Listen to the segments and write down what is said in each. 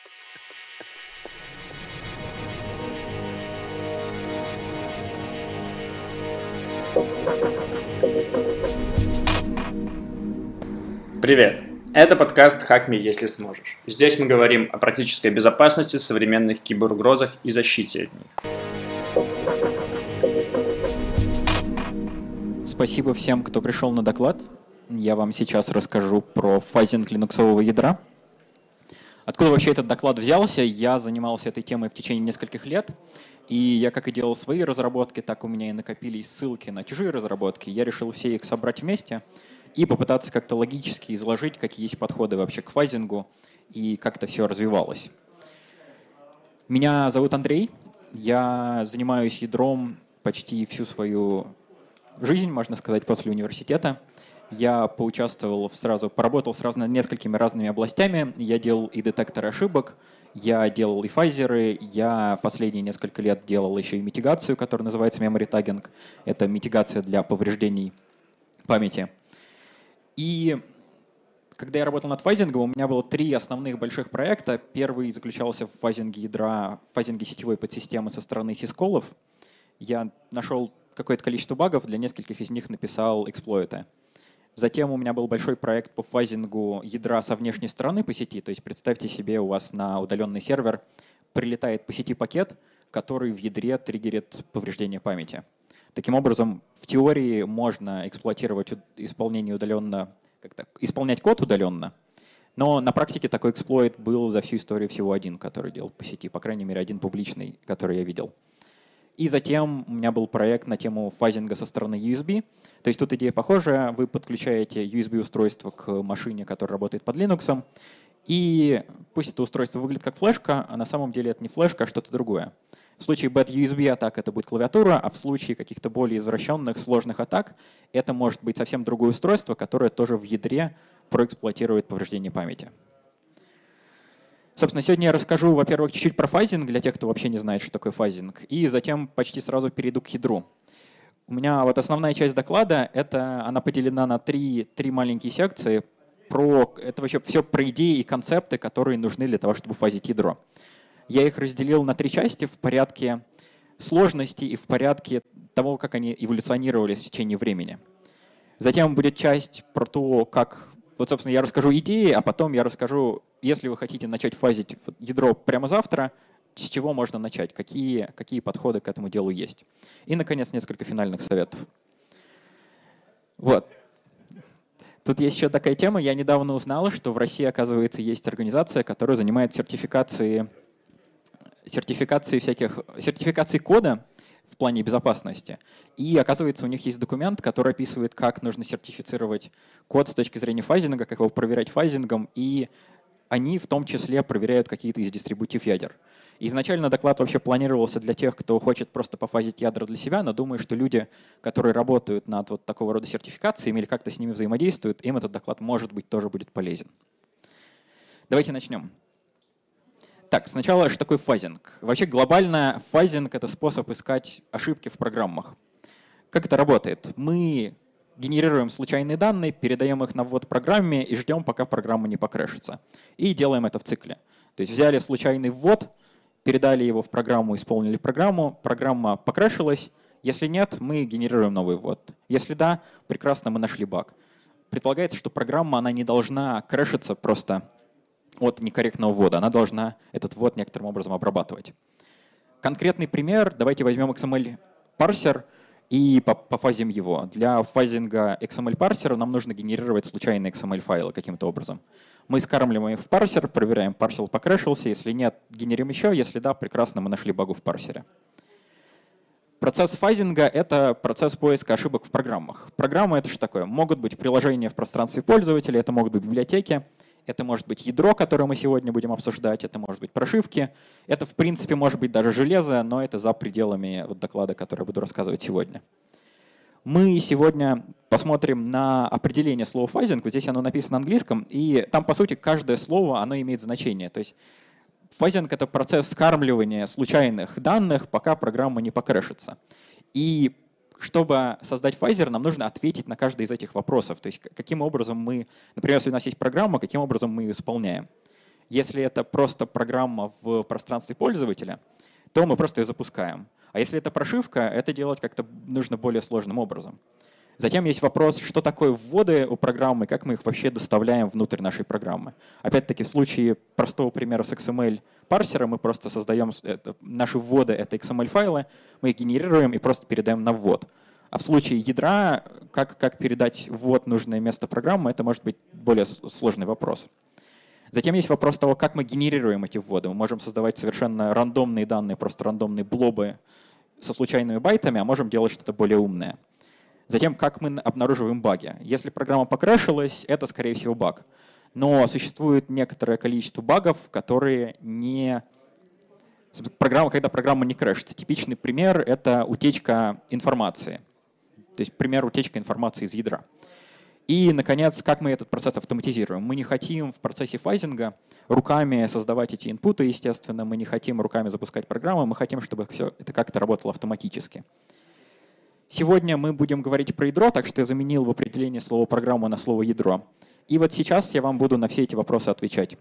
Привет! Это подкаст «Hack Me, если сможешь». Здесь мы говорим о практической безопасности, современных киберугрозах и защите от них. Спасибо всем, кто пришел на доклад. Я вам сейчас расскажу про фазинг линуксового ядра. Откуда вообще этот доклад взялся? Я занимался этой темой в течение нескольких лет. И я как и делал свои разработки, так у меня и накопились ссылки на чужие разработки. Я решил все их собрать вместе и попытаться как-то логически изложить, какие есть подходы вообще к фазингу и как это все развивалось. Меня зовут Андрей. Я занимаюсь ядром почти всю свою жизнь, можно сказать, после университета. Я поработал сразу над несколькими разными областями. Я делал и детекторы ошибок, я делал и фазеры, я последние несколько лет делал еще и митигацию, которая называется memory tagging. Это митигация для повреждений памяти. И когда я работал над фазингом, у меня было 3 основных больших проекта. Первый заключался в фазинге ядра, в фазинге сетевой подсистемы со стороны сисколов. Я нашел какое-то количество багов, для нескольких из них написал эксплойты. Затем у меня был большой проект по фазингу ядра со внешней стороны по сети. То есть представьте себе, у вас на удаленный сервер прилетает по сети пакет, который в ядре триггерит повреждение памяти. Таким образом, в теории можно эксплуатировать исполнение удаленно, исполнять код удаленно, но на практике такой эксплойт был за всю историю всего один, который делал по сети, по крайней мере, один публичный, который я видел. И затем у меня был проект на тему фазинга со стороны USB. То есть тут идея похожая. Вы подключаете USB-устройство к машине, которая работает под Linux, и пусть это устройство выглядит как флешка, а на самом деле это не флешка, а что-то другое. В случае bad USB атак это будет клавиатура, а в случае каких-то более извращенных, сложных атак это может быть совсем другое устройство, которое тоже в ядре проэксплуатирует повреждение памяти. Собственно, сегодня я расскажу, во-первых, чуть-чуть про фазинг, для тех, кто вообще не знает, что такое фазинг, и затем почти сразу перейду к ядру. У меня вот основная часть доклада, она поделена на 3 маленькие секции. Это вообще все про идеи и концепты, которые нужны для того, чтобы фазить ядро. Я их разделил на 3 части в порядке сложности и в порядке того, как они эволюционировали в течение времени. Затем будет часть про то, как... Вот, собственно, я расскажу идеи, а потом я расскажу, если вы хотите начать фазить ядро прямо завтра, с чего можно начать, какие подходы к этому делу есть. И, наконец, несколько финальных советов. Вот. Тут есть еще такая тема. Я недавно узнал, что в России, оказывается, есть организация, которая занимается сертификацией кода в плане безопасности. И, оказывается, у них есть документ, который описывает, как нужно сертифицировать код с точки зрения фазинга, как его проверять фазингом, и они в том числе проверяют какие-то из дистрибутив ядер. Изначально доклад вообще планировался для тех, кто хочет просто пофазить ядра для себя, но думаю, что люди, которые работают над вот такого рода сертификациями или как-то с ними взаимодействуют, им этот доклад, может быть, тоже будет полезен. Давайте начнем. Так, сначала, что такое фазинг? Вообще глобально фазинг — это способ искать ошибки в программах. Как это работает? Мы генерируем случайные данные, передаем их на ввод программе и ждем, пока программа не покрэшится. И делаем это в цикле. То есть взяли случайный ввод, передали его в программу, исполнили программу, программа покрэшилась. Если нет, мы генерируем новый ввод. Если да, прекрасно, мы нашли баг. Предполагается, что программа она не должна крэшиться просто от некорректного ввода. Она должна этот ввод некоторым образом обрабатывать. Конкретный пример. Давайте возьмем XML-парсер и пофазим его. Для фазинга XML-парсера нам нужно генерировать случайные XML-файлы каким-то образом. Мы скармливаем их в парсер, проверяем, парсер покрэшился. Если нет, генерим еще. Если да, прекрасно, мы нашли багу в парсере. Процесс фазинга — это процесс поиска ошибок в программах. Программы — это что такое? Могут быть приложения в пространстве пользователя, это могут быть библиотеки, это может быть ядро, которое мы сегодня будем обсуждать, это может быть прошивки, это, в принципе, может быть даже железо, но это за пределами доклада, который я буду рассказывать сегодня. Мы сегодня посмотрим на определение слова фазинг. Вот здесь оно написано на английском, и там, по сути, каждое слово оно имеет значение. То есть фазинг — это процесс скармливания случайных данных, пока программа не покрэшится. И чтобы создать фазер, нам нужно ответить на каждый из этих вопросов. То есть каким образом мы, например, если у нас есть программа, каким образом мы ее исполняем. Если это просто программа в пространстве пользователя, то мы просто ее запускаем. А если это прошивка, это делать как-то нужно более сложным образом. Затем есть вопрос, что такое вводы у программы, как мы их вообще доставляем внутрь нашей программы. Опять-таки, в случае простого примера с XML-парсером мы просто создаем наши вводы — это XML-файлы, мы их генерируем и просто передаем на ввод. А в случае ядра, как передать ввод в нужное место программы, это может быть более сложный вопрос. Затем есть вопрос того, как мы генерируем эти вводы. Мы можем создавать совершенно рандомные данные, просто рандомные блобы со случайными байтами, а можем делать что-то более умное. Затем, как мы обнаруживаем баги. Если программа покрашилась, это, скорее всего, баг. Но существует некоторое количество багов, которые не... Когда программа не крашится. Типичный пример — это утечка информации. То есть пример утечки информации из ядра. И, наконец, как мы этот процесс автоматизируем. Мы не хотим в процессе фазинга руками создавать эти инпуты, естественно. Мы не хотим руками запускать программы. Мы хотим, чтобы все это как-то работало автоматически. Сегодня мы будем говорить про ядро, так что я заменил в определении слово «программа» на слово «ядро». И вот сейчас я вам буду на все эти вопросы отвечать.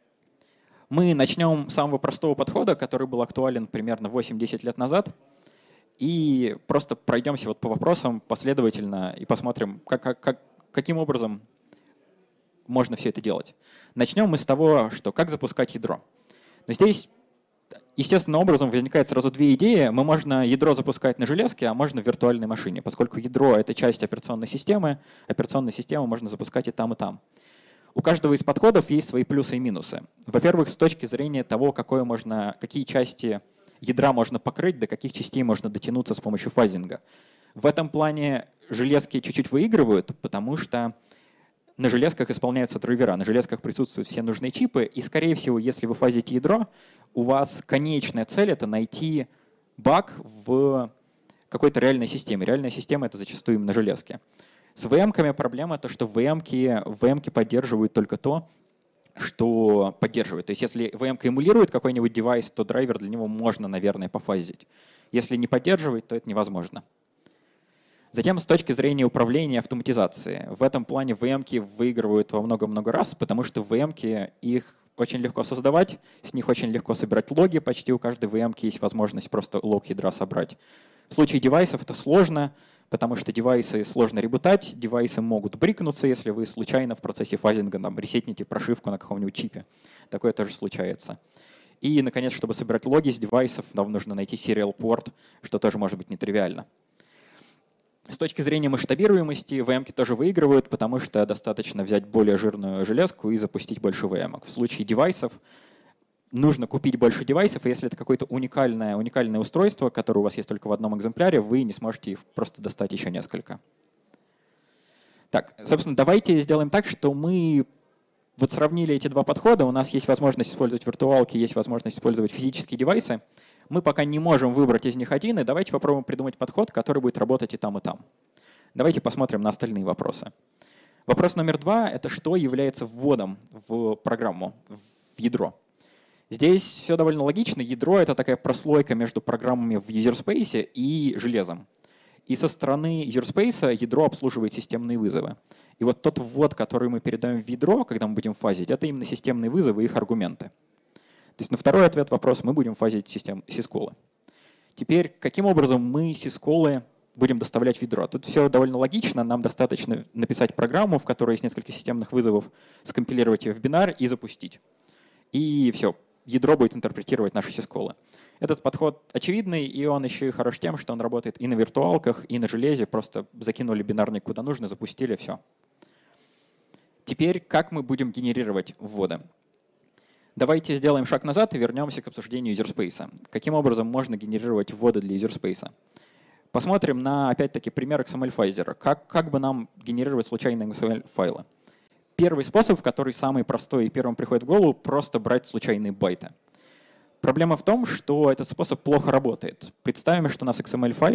Мы начнем с самого простого подхода, который был актуален примерно 8-10 лет назад, и просто пройдемся вот по вопросам последовательно и посмотрим, каким образом можно все это делать. Начнем мы с того, что как запускать ядро. Но здесь естественным образом возникает сразу две идеи. Можно ядро запускать на железке, а можно в виртуальной машине. Поскольку ядро — это часть операционной системы можно запускать и там, и там. У каждого из подходов есть свои плюсы и минусы. Во-первых, с точки зрения того, какие части ядра можно покрыть, до каких частей можно дотянуться с помощью фазинга. В этом плане железки чуть-чуть выигрывают, потому что на железках исполняются драйвера, на железках присутствуют все нужные чипы, и, скорее всего, если вы фазите ядро, у вас конечная цель — это найти баг в какой-то реальной системе. Реальная система — это зачастую именно железки. С VM-ками проблема — то, что VM-ки поддерживают только то, что поддерживает. То есть если VM-ка эмулирует какой-нибудь девайс, то драйвер для него можно, наверное, пофазить. Если не поддерживает, то это невозможно. Затем с точки зрения управления и автоматизации. В этом плане VM-ки выигрывают во много-много раз, потому что VM-ки, их очень легко создавать, с них очень легко собирать логи, почти у каждой VM-ки есть возможность просто лог ядра собрать. В случае девайсов это сложно, потому что девайсы сложно ребутать, девайсы могут брикнуться, если вы случайно в процессе фазинга ресетните прошивку на каком-нибудь чипе. Такое тоже случается. И, наконец, чтобы собирать логи с девайсов, нам нужно найти serial порт, что тоже может быть нетривиально. С точки зрения масштабируемости VM-ки тоже выигрывают, потому что достаточно взять более жирную железку и запустить больше VM-ок. В случае девайсов нужно купить больше девайсов, и если это какое-то уникальное устройство, которое у вас есть только в одном экземпляре, вы не сможете их просто достать еще несколько. Так, собственно, давайте сделаем так, что мы вот сравнили эти два подхода. У нас есть возможность использовать виртуалки, есть возможность использовать физические девайсы. Мы пока не можем выбрать из них один, и давайте попробуем придумать подход, который будет работать и там, и там. Давайте посмотрим на остальные вопросы. Вопрос номер 2 — это что является вводом в программу, в ядро. Здесь все довольно логично. Ядро — это такая прослойка между программами в юзерспейсе и железом. И со стороны юзерспейса ядро обслуживает системные вызовы. И вот тот ввод, который мы передаем в ядро, когда мы будем фазить, это именно системные вызовы и их аргументы. То есть на второй ответ вопрос мы будем фазить сисколы. Теперь, каким образом мы сисколы будем доставлять в ядро? Тут все довольно логично. Нам достаточно написать программу, в которой есть несколько системных вызовов, скомпилировать ее в бинар и запустить. И все, ядро будет интерпретировать наши сисколы. Этот подход очевидный, и он еще и хорош тем, что он работает и на виртуалках, и на железе. Просто закинули бинарник куда нужно, запустили, все. Теперь, как мы будем генерировать вводы? Давайте сделаем шаг назад и вернемся к обсуждению юзерспейса. Каким образом можно генерировать вводы для юзерспейса? Посмотрим на, опять-таки, пример XML-файзера. Как бы нам генерировать случайные XML-файлы? Первый способ, который самый простой и первым приходит в голову, просто брать случайные байты. Проблема в том, что этот способ плохо работает. Представим, что наш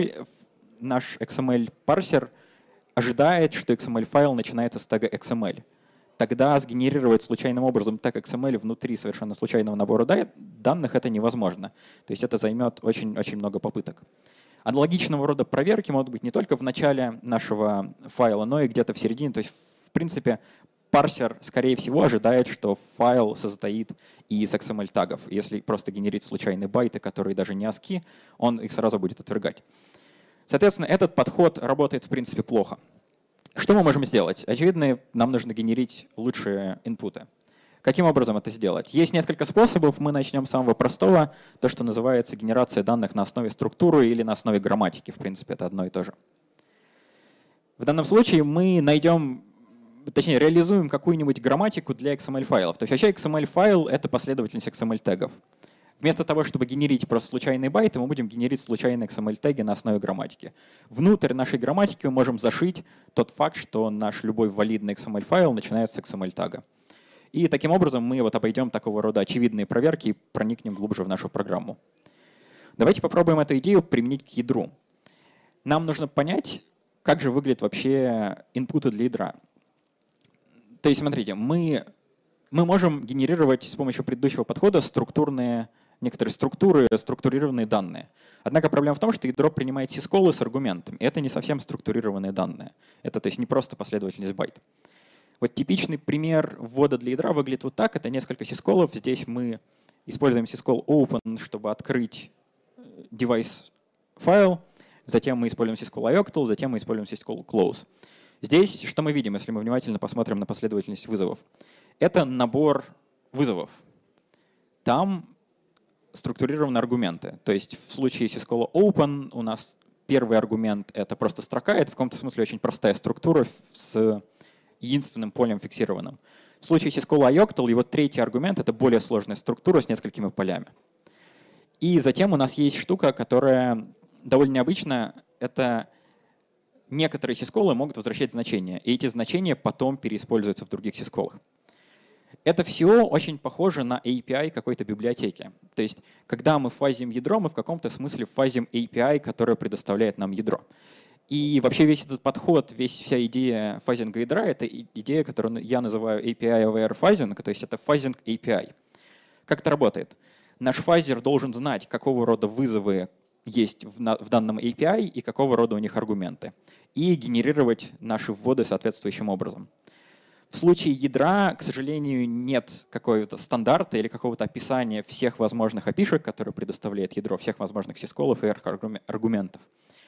XML-парсер ожидает, что XML-файл начинается с тега XML. Тогда сгенерировать случайным образом тег XML внутри совершенно случайного набора данных это невозможно. То есть это займет очень много попыток. Аналогичного рода проверки могут быть не только в начале нашего файла, но и где-то в середине. То есть, в принципе, парсер, скорее всего, ожидает, что файл состоит из XML-тагов. Если просто генерить случайные байты, которые даже не ASCII, он их сразу будет отвергать. Соответственно, этот подход работает, в принципе, плохо. Что мы можем сделать? Очевидно, нам нужно генерить лучшие инпуты. Каким образом это сделать? Есть несколько способов. Мы начнем с самого простого, то, что называется генерация данных на основе структуры или на основе грамматики. В принципе, это одно и то же. В данном случае мы реализуем какую-нибудь грамматику для XML-файлов. То есть вообще XML-файл — это последовательность XML-тегов. Вместо того, чтобы генерить просто случайные байты, мы будем генерить случайные XML-теги на основе грамматики. Внутрь нашей грамматики мы можем зашить тот факт, что наш любой валидный XML-файл начинается с XML-тага. И таким образом мы обойдем такого рода очевидные проверки и проникнем глубже в нашу программу. Давайте попробуем эту идею применить к ядру. Нам нужно понять, как же выглядят вообще инпуты для ядра. То есть, смотрите, мы можем генерировать с помощью предыдущего подхода некоторые структурированные данные. Однако проблема в том, что ядро принимает сисколы с аргументами. Это не совсем структурированные данные. Это то есть не просто последовательность байт. Вот типичный пример ввода для ядра выглядит вот так. Это несколько сисколов. Здесь мы используем сискол open, чтобы открыть device файл. Затем мы используем сискол ioctl, затем мы используем сискол close. Здесь что мы видим, если мы внимательно посмотрим на последовательность вызовов? Это набор вызовов. Там структурированы аргументы. То есть в случае сискола open у нас первый аргумент — это просто строка. Это в каком-то смысле очень простая структура с единственным полем фиксированным. В случае сискола ioctl его третий аргумент — это более сложная структура с несколькими полями. И затем у нас есть штука, которая довольно необычная. Это некоторые сисколы могут возвращать значения, и эти значения потом переиспользуются в других сисколах. Это все очень похоже на API какой-то библиотеки. То есть, когда мы фазим ядро, мы в каком-то смысле фазим API, которая предоставляет нам ядро. И вообще весь этот подход, вся идея фазинга ядра — это идея, которую я называю API-aware фазинг, то есть это фазинг API. Как это работает? Наш фазер должен знать, какого рода вызовы есть в данном API и какого рода у них аргументы, и генерировать наши вводы соответствующим образом. В случае ядра, к сожалению, нет какого-то стандарта или какого-то описания всех возможных API-шек, которые предоставляет ядро, всех возможных сисколов и аргументов.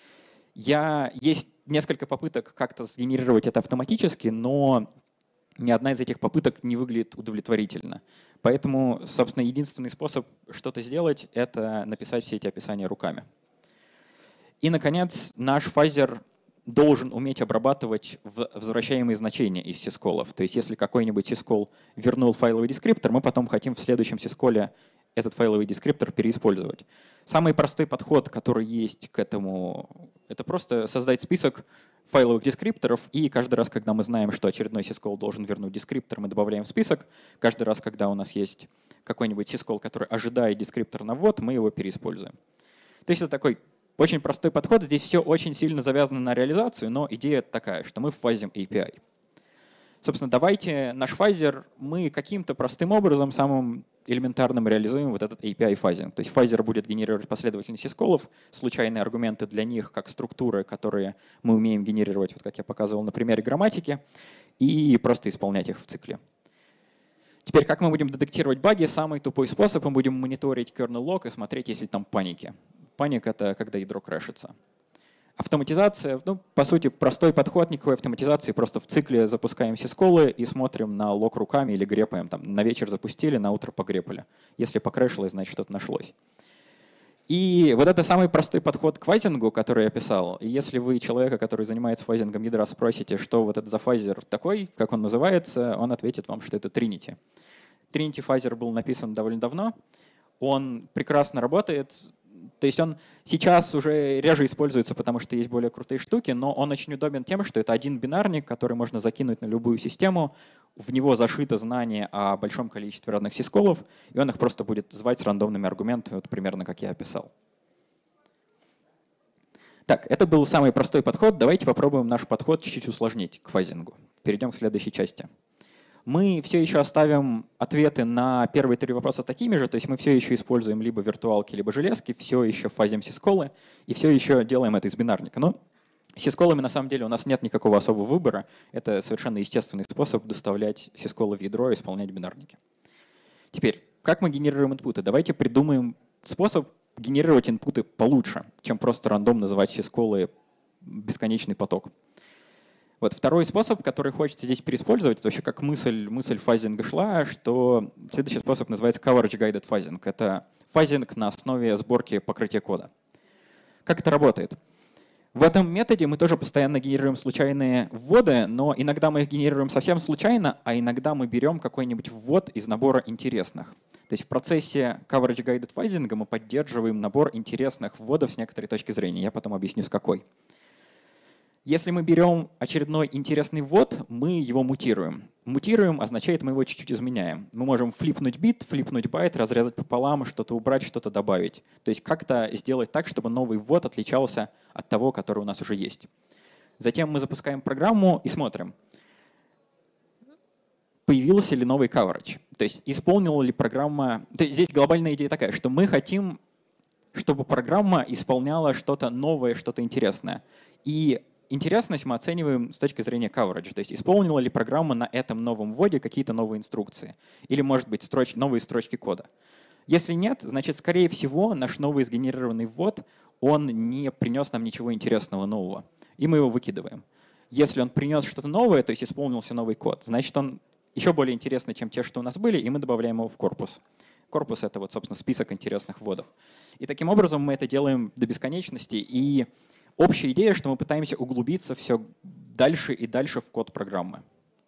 Есть несколько попыток как-то сгенерировать это автоматически, но ни одна из этих попыток не выглядит удовлетворительно. Поэтому, собственно, единственный способ что-то сделать — это написать все эти описания руками. И, наконец, наш фазер должен уметь обрабатывать возвращаемые значения из сисколов. То есть если какой-нибудь сискол вернул файловый дескриптор, мы потом хотим в следующем сисколе этот файловый дескриптор переиспользовать. Самый простой подход, который есть к этому, это просто создать список файловых дескрипторов, и каждый раз, когда мы знаем, что очередной сискол должен вернуть дескриптор, мы добавляем в список. Каждый раз, когда у нас есть какой-нибудь сискол, который ожидает дескриптор на ввод, мы его переиспользуем. То есть это такой очень простой подход. Здесь все очень сильно завязано на реализацию, но идея такая, что мы фазим API. Собственно, давайте наш фазер мы каким-то простым образом, самым элементарным, реализуем вот этот API-фазинг. То есть фазер будет генерировать последовательность сисколов, случайные аргументы для них как структуры, которые мы умеем генерировать, вот как я показывал на примере грамматики, и просто исполнять их в цикле. Теперь, как мы будем детектировать баги? Самый тупой способ — мы будем мониторить kernel log и смотреть, если там паники. Паник — это когда ядро крэшится. Автоматизация, по сути, простой подход, никакой автоматизации, просто в цикле запускаем сисколы и смотрим на лог руками или грепаем. Там, на вечер запустили, на утро погрепали. Если покрэшилось, значит, что-то нашлось. И вот это самый простой подход к фазингу, который я писал. И если вы человека, который занимается фазингом ядра, спросите, что вот это за фазер такой, как он называется, он ответит вам, что это Trinity. Trinity фазер был написан довольно давно. Он прекрасно работает. То есть он сейчас уже реже используется, потому что есть более крутые штуки, но он очень удобен тем, что это один бинарник, который можно закинуть на любую систему, в него зашито знание о большом количестве разных сисколов, и он их просто будет звать с рандомными аргументами, вот примерно как я описал. Так, это был самый простой подход. Давайте попробуем наш подход чуть-чуть усложнить к фазингу. Перейдем к следующей части. Мы все еще оставим ответы на первые 3 вопроса такими же, то есть мы все еще используем либо виртуалки, либо железки, все еще фазим сисколы и все еще делаем это из бинарника. Но С сисколами на самом деле у нас нет никакого особого выбора. Это совершенно естественный способ доставлять сисколы в ядро и исполнять бинарники. Теперь, как мы генерируем инпуты? Давайте придумаем способ генерировать инпуты получше, чем просто рандом называть сисколы бесконечный поток. Вот второй способ, который хочется здесь переиспользовать, это вообще как мысль фазинга шла, что следующий способ называется coverage guided fuzzing. Это фазинг на основе сборки покрытия кода. Как это работает? В этом методе мы тоже постоянно генерируем случайные вводы, но иногда мы их генерируем совсем случайно, а иногда мы берем какой-нибудь ввод из набора интересных. То есть в процессе coverage guided fuzzing мы поддерживаем набор интересных вводов с некоторой точки зрения. Я потом объясню, с какой. Если мы берем очередной интересный ввод, мы его мутируем. Мутируем означает, мы его чуть-чуть изменяем. Мы можем флипнуть бит, флипнуть байт, разрезать пополам, что-то убрать, что-то добавить. То есть как-то сделать так, чтобы новый ввод отличался от того, который у нас уже есть. Затем мы запускаем программу и смотрим, появился ли новый coverage. То есть исполнила ли программа... То есть здесь глобальная идея такая, что мы хотим, чтобы программа исполняла что-то новое, что-то интересное. И интересность мы оцениваем с точки зрения coverage, то есть исполнила ли программа на этом новом вводе какие-то новые инструкции или, может быть, новые строчки кода. Если нет, значит, скорее всего, наш новый сгенерированный ввод, он не принес нам ничего интересного нового, и мы его выкидываем. Если он принес что-то новое, то есть исполнился новый код, значит, он еще более интересный, чем те, что у нас были, и мы добавляем его в корпус. Корпус — это, вот, собственно, список интересных вводов. И таким образом мы это делаем до бесконечности, и общая идея, что мы пытаемся углубиться все дальше и дальше в код программы.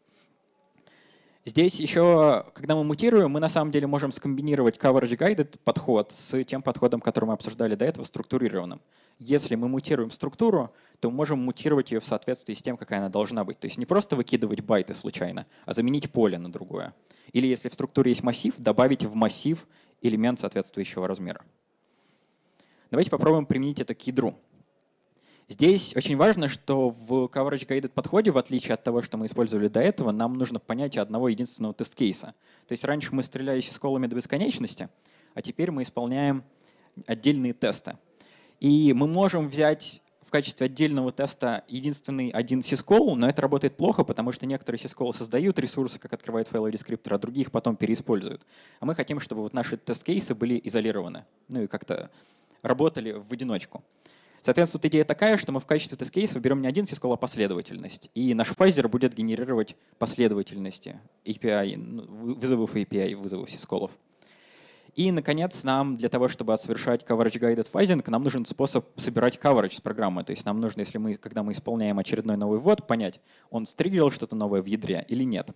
Здесь еще, когда мы мутируем, мы на самом деле можем скомбинировать coverage-guided подход с тем подходом, который мы обсуждали до этого, структурированным. Если мы мутируем структуру, то мы можем мутировать ее в соответствии с тем, какая она должна быть. То есть не просто выкидывать байты случайно, а заменить поле на другое. Или если в структуре есть массив, добавить в массив элемент соответствующего размера. Давайте попробуем применить это к ядру. Здесь очень важно, что в coverage-guided подходе, в отличие от того, что мы использовали до этого, нам нужно понятие одного единственного тест-кейса. То есть раньше мы стреляли сисколами до бесконечности, а теперь мы исполняем отдельные тесты. И мы можем взять в качестве отдельного теста единственный один сискол, но это работает плохо, потому что некоторые сисколы создают ресурсы, как открывают файловый дескриптор, а другие их потом переиспользуют. А мы хотим, чтобы вот наши тест-кейсы были изолированы, ну и как-то работали в одиночку. Соответственно, тут идея такая, что мы в качестве тест-кейса берем не один сискол, а последовательность. И наш фазер будет генерировать последовательности API, вызовов API, вызовов сисколов. И, наконец, нам для того, чтобы совершать coverage-guided fuzzing, нам нужен способ собирать coverage с программы. То есть нам нужно, когда мы исполняем очередной новый ввод, понять, он стриггерил что-то новое в ядре или нет.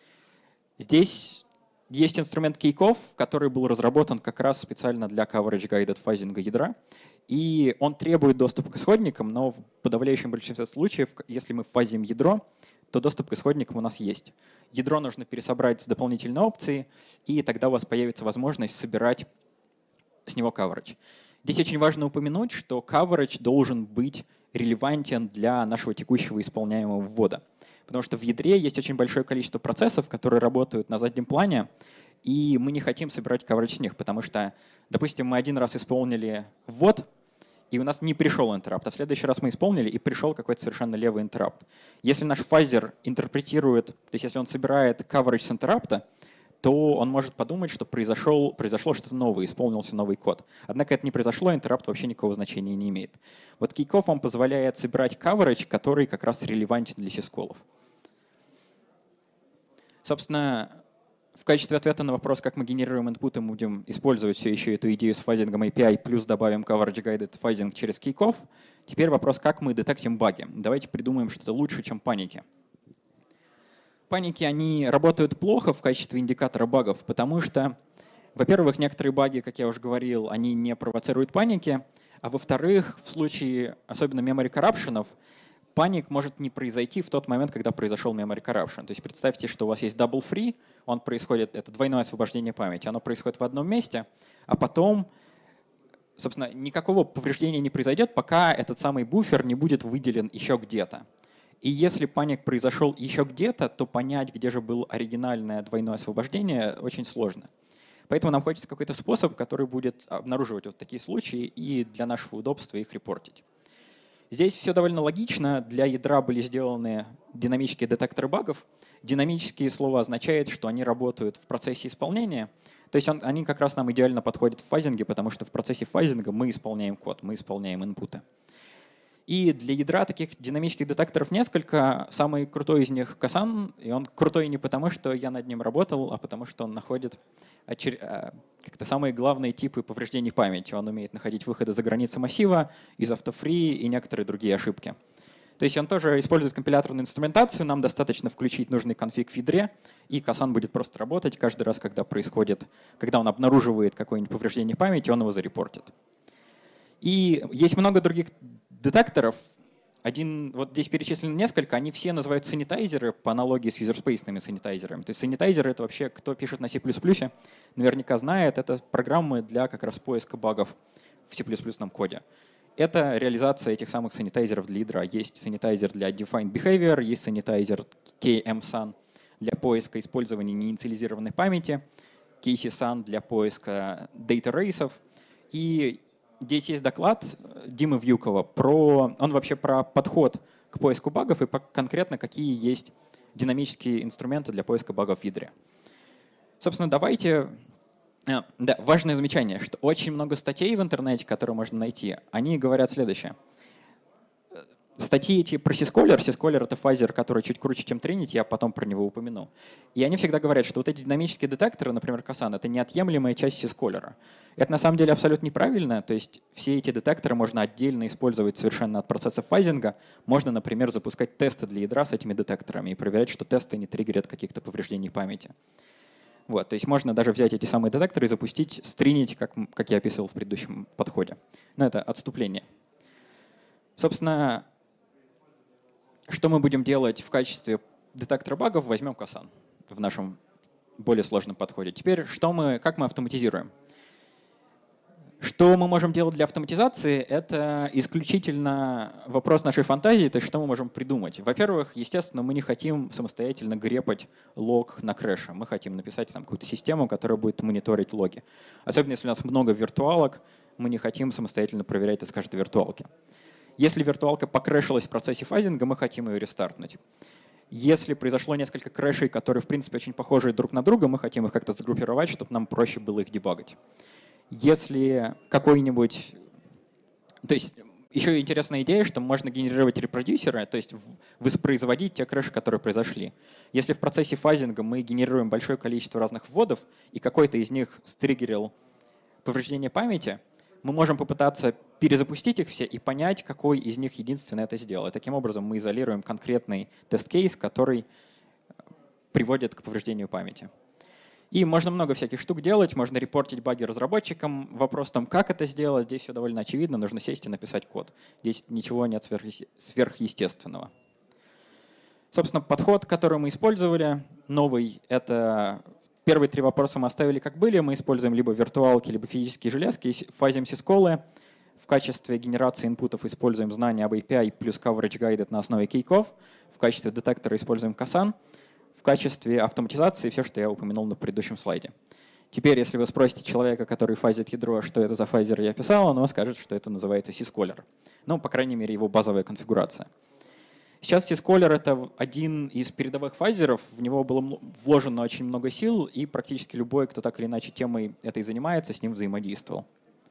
Здесь есть инструмент Kickoff, который был разработан как раз специально для coverage-guided fuzzing ядра. И он требует доступа к исходникам, но в подавляющем большинстве случаев, если мы фазим ядро, то доступ к исходникам у нас есть. Ядро нужно пересобрать с дополнительной опцией, и тогда у вас появится возможность собирать с него coverage. Здесь очень важно упомянуть, что coverage должен быть релевантен для нашего текущего исполняемого ввода. Потому что в ядре есть очень большое количество процессов, которые работают на заднем плане, и мы не хотим собирать coverage с них, потому что, допустим, мы один раз исполнили ввод, и у нас не пришел интеррапт, а в следующий раз мы исполнили, и пришел какой-то совершенно левый интеррапт. Если наш фазер интерпретирует, то есть если он собирает coverage с интеррапта, то он может подумать, что произошло что-то новое, исполнился новый код. Однако это не произошло, интеррапт вообще никакого значения не имеет. Вот Kickoff вам позволяет собирать coverage, который как раз релевантен для сисколов. Собственно, в качестве ответа на вопрос, как мы генерируем инпуты, мы будем использовать все еще эту идею с фазингом API, плюс добавим coverage-guided fuzzing через Kickoff. Теперь вопрос, как мы детектим баги. Давайте придумаем что-то лучше, чем паники. Паники, они работают плохо в качестве индикатора багов, потому что, во-первых, некоторые баги, как я уже говорил, они не провоцируют паники, а во-вторых, в случае особенно memory corruption'ов, паник может не произойти в тот момент, когда произошел memory corruption. То есть представьте, что у вас есть double free, он происходит, это двойное освобождение памяти, оно происходит в одном месте, а потом, собственно, никакого повреждения не произойдет, пока этот самый буфер не будет выделен еще где-то. И если паник произошел еще где-то, то понять, где же было оригинальное двойное освобождение, очень сложно. Поэтому нам хочется какой-то способ, который будет обнаруживать вот такие случаи и для нашего удобства их репортить. Здесь все довольно логично. Для ядра были сделаны динамические детекторы багов. Динамические слова означает, что они работают в процессе исполнения. То есть они как раз нам идеально подходят в фазинге, потому что в процессе фазинга мы исполняем код, мы исполняем инпуты. И для ядра таких динамических детекторов несколько. Самый крутой из них — Kasan. И он крутой не потому, что я над ним работал, а потому что он находит как-то самые главные типы повреждений памяти. Он умеет находить выходы за границы массива, из автофри и некоторые другие ошибки. То есть он тоже использует компиляторную инструментацию. Нам достаточно включить нужный конфиг в ядре, и Kasan будет просто работать каждый раз, когда он обнаруживает какое-нибудь повреждение памяти, он его зарепортит. И есть много других детекторов. Вот здесь перечислено несколько, они все называют санитайзеры по аналогии с юзерспейсными санитайзерами. То есть санитайзеры — это вообще, кто пишет на C++, наверняка знает, это программы для как раз поиска багов в C++ коде. Это реализация этих самых санитайзеров для ядра. Есть санитайзер для defined behavior, есть санитайзер KMSAN для поиска использования неинициализированной памяти, KCSAN для поиска дейта-рейсов. И здесь есть доклад Димы Вьюкова он вообще про подход к поиску багов и конкретно какие есть динамические инструменты для поиска багов в ядре. Собственно, давайте... Да, важное замечание, что очень много статей в интернете, которые можно найти, они говорят следующее. Статьи эти про Syscaller. Syscaller — это фазер, который чуть круче, чем Trinity, я потом про него упомяну. И они всегда говорят, что вот эти динамические детекторы, например, Kasan, это неотъемлемая часть Syscaller. Это на самом деле абсолютно неправильно. То есть все эти детекторы можно отдельно использовать совершенно от процесса фазинга. Можно, например, запускать тесты для ядра с этими детекторами и проверять, что тесты не триггерят каких-то повреждений памяти. Вот, то есть можно даже взять эти самые детекторы и запустить, стринить, как я описывал в предыдущем подходе. Но это отступление. Собственно, что мы будем делать в качестве детектора багов? Возьмем Kasan в нашем более сложном подходе. Теперь как мы автоматизируем? Что мы можем делать для автоматизации? Это исключительно вопрос нашей фантазии, то есть что мы можем придумать. Во-первых, естественно, мы не хотим самостоятельно грепать лог на крэше. Мы хотим написать там какую-то систему, которая будет мониторить логи. Особенно если у нас много виртуалок, мы не хотим самостоятельно проверять это с каждой виртуалки. Если виртуалка покрэшилась в процессе фазинга, мы хотим ее рестартнуть. Если произошло несколько крэшей, которые, в принципе, очень похожи друг на друга, мы хотим их как-то сгруппировать, чтобы нам проще было их дебагать. Если какой-нибудь... То есть еще интересная идея, что можно генерировать репродюсеры, то есть воспроизводить те крэши, которые произошли. Если в процессе фазинга мы генерируем большое количество разных вводов, и какой-то из них стриггерил повреждение памяти, мы можем попытаться перезапустить их все и понять, какой из них единственно это сделал. И таким образом мы изолируем конкретный тест-кейс, который приводит к повреждению памяти. И можно много всяких штук делать, можно репортить баги разработчикам. Вопрос в том, как это сделать, здесь все довольно очевидно, нужно сесть и написать код. Здесь ничего нет сверхъестественного. Собственно, подход, который мы использовали, новый, это первые три вопроса мы оставили как были. Мы используем либо виртуалки, либо физические железки, фазим Syscall. В качестве генерации инпутов используем знания об API плюс coverage guided на основе кейков. В качестве детектора используем Kasan. В качестве автоматизации все, что я упомянул на предыдущем слайде. Теперь, если вы спросите человека, который фазит ядро, что это за фазер я описал, он вам скажет, что это называется Syscaller. Ну, по крайней мере, его базовая конфигурация. Сейчас Syscaller — это один из передовых фазеров, в него было вложено очень много сил, и практически любой, кто так или иначе темой этой занимается, с ним взаимодействовал.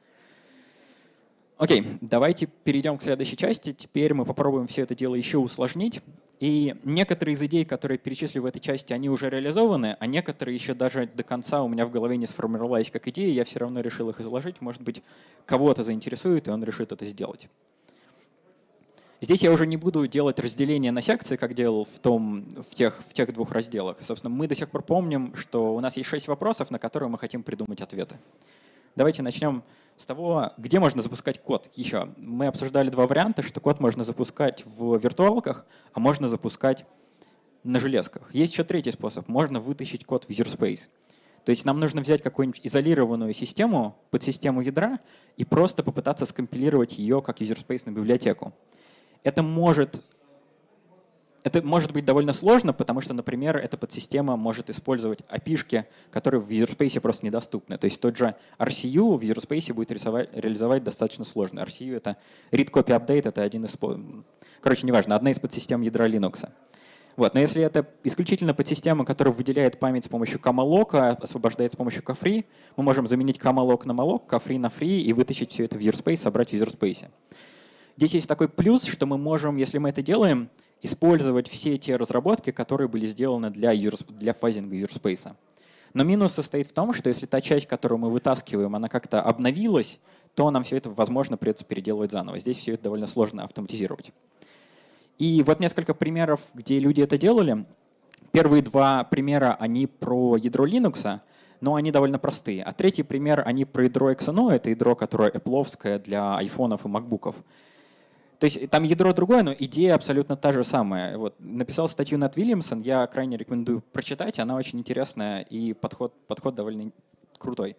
Окей, давайте перейдем к следующей части. Теперь мы попробуем все это дело еще усложнить. И некоторые из идей, которые перечислили в этой части, они уже реализованы, а некоторые еще даже до конца у меня в голове не сформировались как идеи, я все равно решил их изложить. Может быть, кого-то заинтересует, и он решит это сделать. Здесь я уже не буду делать разделение на секции, как делал в тех двух разделах. Собственно, мы до сих пор помним, что у нас есть 6 вопросов, на которые мы хотим придумать ответы. Давайте начнем с того, где можно запускать код еще. Мы обсуждали два варианта, что код можно запускать в виртуалках, а можно запускать на железках. Есть еще третий способ. Можно вытащить код в UserSpace. То есть нам нужно взять какую-нибудь изолированную систему, подсистему ядра, и просто попытаться скомпилировать ее как UserSpace на библиотеку. Это может Это может быть довольно сложно, потому что, например, эта подсистема может использовать API-шки, которые в user space просто недоступны. То есть тот же RCU в user space будет реализовать достаточно сложно. RCU — это Read Copy Update, это один из... Короче, неважно, одна из подсистем ядра Linux. Вот. Но если это исключительно подсистема, которая выделяет память с помощью камалока, освобождает с помощью kafree, мы можем заменить камалок на malloc, kafree на free и вытащить все это в user space, собрать в user space. Здесь есть такой плюс, что мы можем, если мы это делаем, использовать все те разработки, которые были сделаны для фазинга user space. Но минус состоит в том, что если та часть, которую мы вытаскиваем, она как-то обновилась, то нам все это, возможно, придется переделывать заново. Здесь все это довольно сложно автоматизировать. И вот несколько примеров, где люди это делали. Первые два примера, они про ядро Linux, но они довольно простые. А третий пример, они про ядро XNO, это ядро, которое Apple-овское для айфонов и макбуков. То есть там ядро другое, но идея абсолютно та же самая. Вот, написал статью Нэт Вильямсон, я крайне рекомендую прочитать, она очень интересная и подход довольно крутой.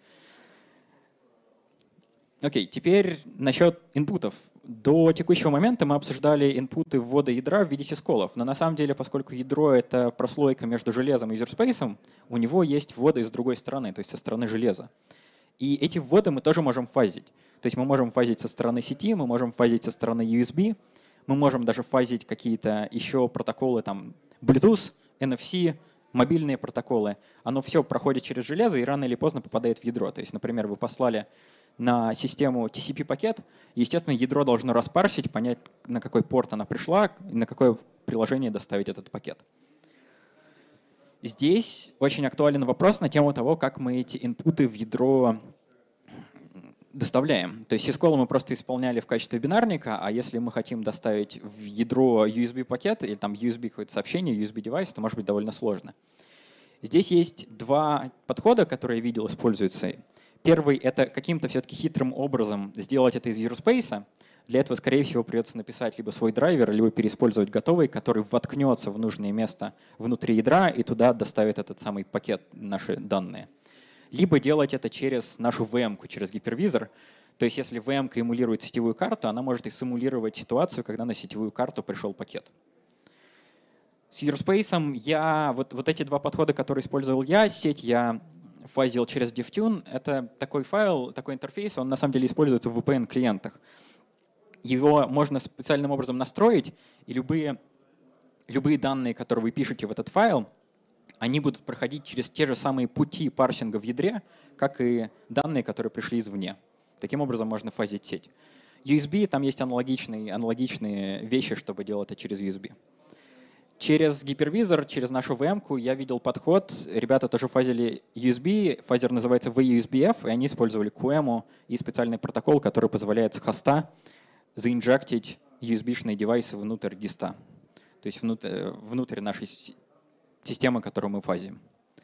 Окей, теперь насчет инпутов. До текущего момента мы обсуждали инпуты ввода ядра в виде сисколов, но на самом деле, поскольку ядро — это прослойка между железом и user-space, у него есть вводы с другой стороны, то есть со стороны железа. И эти вводы мы тоже можем фазить. То есть мы можем фазить со стороны сети, мы можем фазить со стороны USB, мы можем даже фазить какие-то еще протоколы, там Bluetooth, NFC, мобильные протоколы. Оно все проходит через железо и рано или поздно попадает в ядро. То есть, например, вы послали на систему TCP-пакет, естественно, ядро должно распарсить, понять, на какой порт она пришла, и на какое приложение доставить этот пакет. Здесь очень актуален вопрос на тему того, как мы эти инпуты в ядро доставляем. То есть сисколы мы просто исполняли в качестве бинарника, а если мы хотим доставить в ядро USB-пакет или там USB какое-то сообщение, USB-девайс, то может быть довольно сложно. Здесь есть два подхода, которые я видел используются. Первый — это каким-то все-таки хитрым образом сделать это из user-space. Для этого, скорее всего, придется написать либо свой драйвер, либо переиспользовать готовый, который воткнется в нужное место внутри ядра и туда доставит этот самый пакет, наши данные. Либо делать это через нашу VM-ку, через гипервизор. То есть если VM-ка эмулирует сетевую карту, она может и симулировать ситуацию, когда на сетевую карту пришел пакет. С user-space вот эти два подхода, которые использовал я, сеть я фазил через DevTune. Это такой файл, такой интерфейс, он на самом деле используется в VPN-клиентах. Его можно специальным образом настроить, и любые данные, которые вы пишете в этот файл, они будут проходить через те же самые пути парсинга в ядре, как и данные, которые пришли извне. Таким образом можно фазить сеть. USB, там есть аналогичные вещи, чтобы делать это через USB. Через гипервизор, через нашу VM-ку я видел подход. Ребята тоже фазили USB, фазер называется VUSBF, и они использовали QEMU и специальный протокол, который позволяет с хоста заинжектить USB-шные девайсы внутрь гиста, то есть внутрь нашей системы, которую мы фазим.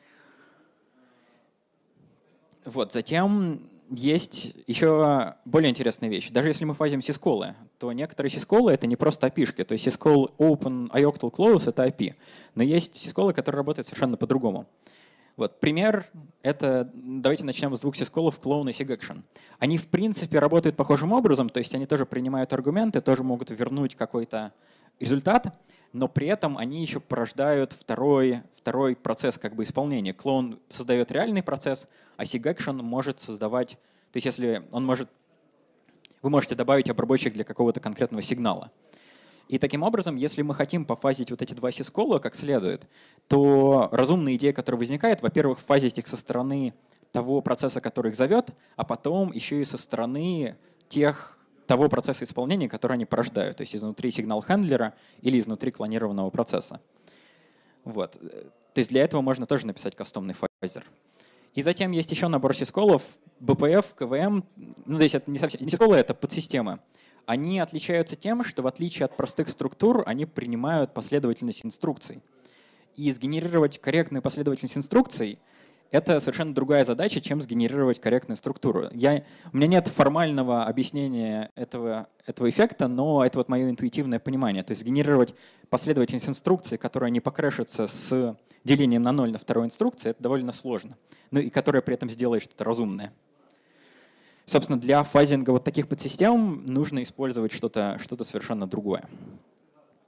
Вот. Затем есть еще более интересная вещь. Даже если мы фазим сисколы, то некоторые сисколы — это не просто API-шки. То есть сискол Open, ioctl, Close — это API. Но есть сисколы, которые работают совершенно по-другому. Вот. Пример — это, давайте начнем с двух сисколов, Clone и SIGAction. Они в принципе работают похожим образом, то есть они тоже принимают аргументы, тоже могут вернуть какой-то результат, но при этом они еще порождают второй процесс как бы исполнения. Clone создает реальный процесс, а SIGAction может создавать, то есть если вы можете добавить обработчик для какого-то конкретного сигнала. И таким образом, если мы хотим пофазить вот эти два сискола как следует, то разумная идея, которая возникает, во-первых, фазить их со стороны того процесса, который их зовет, а потом еще и со стороны того процесса исполнения, который они порождают, то есть изнутри сигнал-хендлера или изнутри клонированного процесса. Вот. То есть для этого можно тоже написать кастомный фазер. И затем есть еще набор сисколов, BPF, KVM, ну, то есть это не сисколы, это подсистемы. Они отличаются тем, что в отличие от простых структур, они принимают последовательность инструкций. И сгенерировать корректную последовательность инструкций — это совершенно другая задача, чем сгенерировать корректную структуру. У меня нет формального объяснения этого эффекта, но это вот мое интуитивное понимание. То есть сгенерировать последовательность инструкций, которая не покрэшится с делением на 0 на второй инструкции, это довольно сложно. Ну и которая при этом сделает что-то разумное. Собственно, для фазинга вот таких подсистем нужно использовать что-то совершенно другое.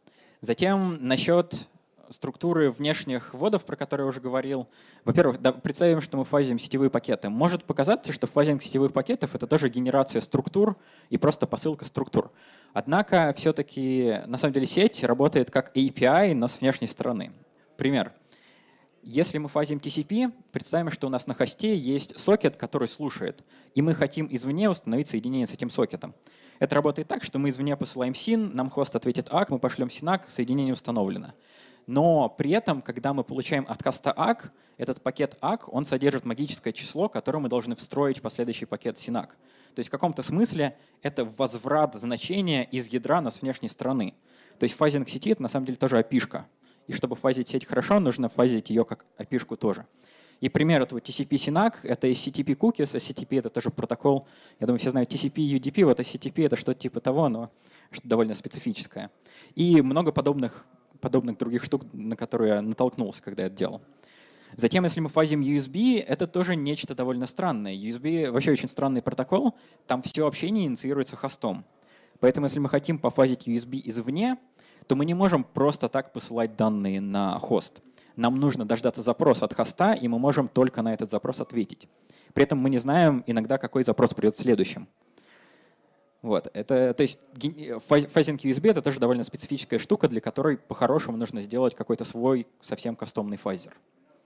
Затем насчет структуры внешних вводов, про которые я уже говорил. Во-первых, представим, что мы фазим сетевые пакеты. Может показаться, что фазинг сетевых пакетов — это тоже генерация структур и просто посылка структур. Однако все-таки на самом деле сеть работает как API, но с внешней стороны. Пример. Если мы фазим TCP, представим, что у нас на хосте есть сокет, который слушает, и мы хотим извне установить соединение с этим сокетом. Это работает так, что мы извне посылаем SYN, нам хост ответит ACK, мы пошлем SYN-ACK, соединение установлено. Но при этом, когда мы получаем от хоста ACK, этот пакет ACK, он содержит магическое число, которое мы должны встроить в последующий пакет SYN-ACK. То есть в каком-то смысле это возврат значения из ядра на с внешней стороны. То есть фазинг сети — это на самом деле тоже API-шка. И чтобы фазить сеть хорошо, нужно фазить ее как API-шку тоже. И пример этого TCP-SYN-ACK — это SCTP cookies. SCTP — это тоже протокол. Я думаю, все знают TCP, UDP. Вот SCTP — это что-то типа того, но что-то довольно специфическое. И много подобных других штук, на которые я натолкнулся, когда это делал. Затем, если мы фазим USB, это тоже нечто довольно странное. USB вообще очень странный протокол. Там все общение инициируется хостом. Поэтому, если мы хотим пофазить USB извне, то мы не можем просто так посылать данные на хост. Нам нужно дождаться запроса от хоста, и мы можем только на этот запрос ответить. При этом мы не знаем иногда, какой запрос придет следующим. Вот. То есть фазинг USB — это тоже довольно специфическая штука, для которой по-хорошему нужно сделать какой-то свой совсем кастомный фазер.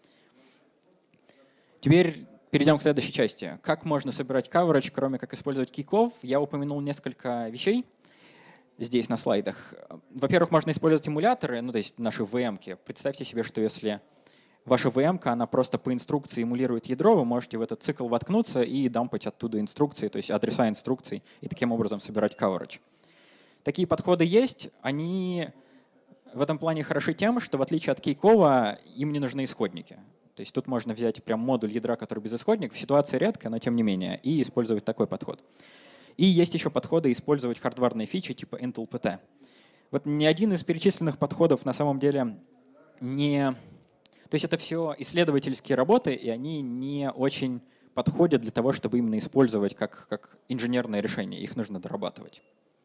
Теперь перейдем к следующей части. Как можно собирать coverage, кроме как использовать киков? Я упомянул несколько вещей здесь на слайдах. Во-первых, можно использовать эмуляторы, то есть наши VM-ки. Представьте себе, что если ваша VM-ка, она просто по инструкции эмулирует ядро, вы можете в этот цикл воткнуться и дампать оттуда инструкции, то есть адреса инструкций, и таким образом собирать coverage. Такие подходы есть. Они в этом плане хороши тем, что в отличие от кейкова им не нужны исходники. То есть тут можно взять прям модуль ядра, который без исходников. Ситуация редкая, но тем не менее, и использовать такой подход. И есть еще подходы использовать хардварные фичи типа Intel-PT. Вот ни один из перечисленных подходов на самом деле не... То есть это все исследовательские работы, и они не очень подходят для того, чтобы именно использовать как инженерное решение. Их нужно дорабатывать.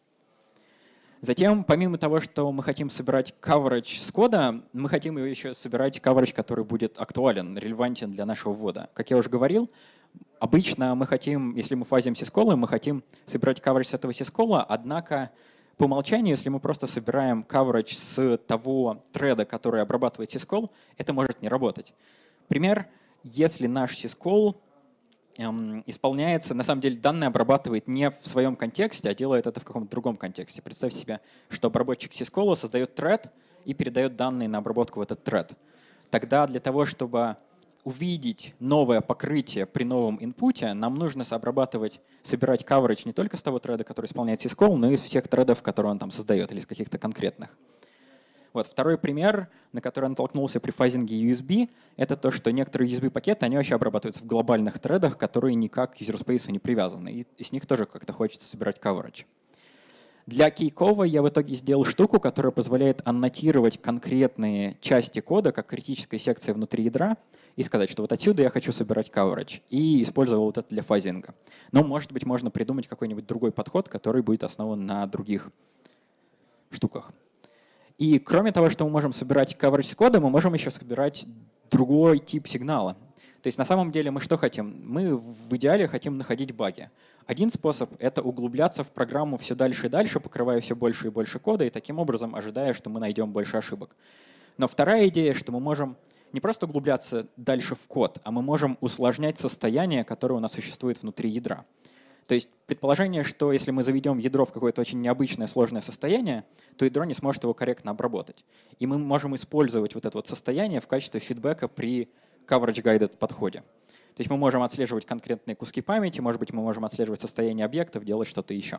Затем, помимо того, что мы хотим собирать coverage с кода, мы хотим еще собирать coverage, который будет актуален, релевантен для нашего ввода. Как я уже говорил, обычно мы хотим, если мы фазим сисколы, мы хотим собирать coverage с этого сискола, однако по умолчанию, если мы просто собираем coverage с того треда, который обрабатывает сискол, это может не работать. Пример, если наш сискол исполняется, на самом деле данные обрабатывает не в своем контексте, а делает это в каком-то другом контексте. Представьте себе, что обработчик сискола создает тред и передает данные на обработку в этот тред. Тогда для того, чтобы увидеть новое покрытие при новом инпуте, нам нужно собирать coverage не только с того треда, который исполняет сискол, но и из всех тредов, которые он там создает, или из каких-то конкретных. Вот. Второй пример, на который я натолкнулся при фазинге USB, это то, что некоторые USB-пакеты, они вообще обрабатываются в глобальных тредах, которые никак к user space не привязаны. И с них тоже как-то хочется собирать coverage. Для кейкова я в итоге сделал штуку, которая позволяет аннотировать конкретные части кода как критическая секция внутри ядра и сказать, что вот отсюда я хочу собирать coverage. И использовал вот это для фазинга. Но, может быть, можно придумать какой-нибудь другой подход, который будет основан на других штуках. И кроме того, что мы можем собирать coverage с кода, мы можем еще собирать другой тип сигнала. То есть на самом деле мы что хотим? Мы в идеале хотим находить баги. Один способ — это углубляться в программу все дальше и дальше, покрывая все больше и больше кода, и таким образом ожидая, что мы найдем больше ошибок. Но вторая идея, что мы можем не просто углубляться дальше в код, а мы можем усложнять состояние, которое у нас существует внутри ядра. То есть предположение, что если мы заведем ядро в какое-то очень необычное, сложное состояние, то ядро не сможет его корректно обработать. И мы можем использовать вот это вот состояние в качестве фидбэка при coverage-guided подходе. То есть мы можем отслеживать конкретные куски памяти, может быть, мы можем отслеживать состояние объектов, делать что-то еще.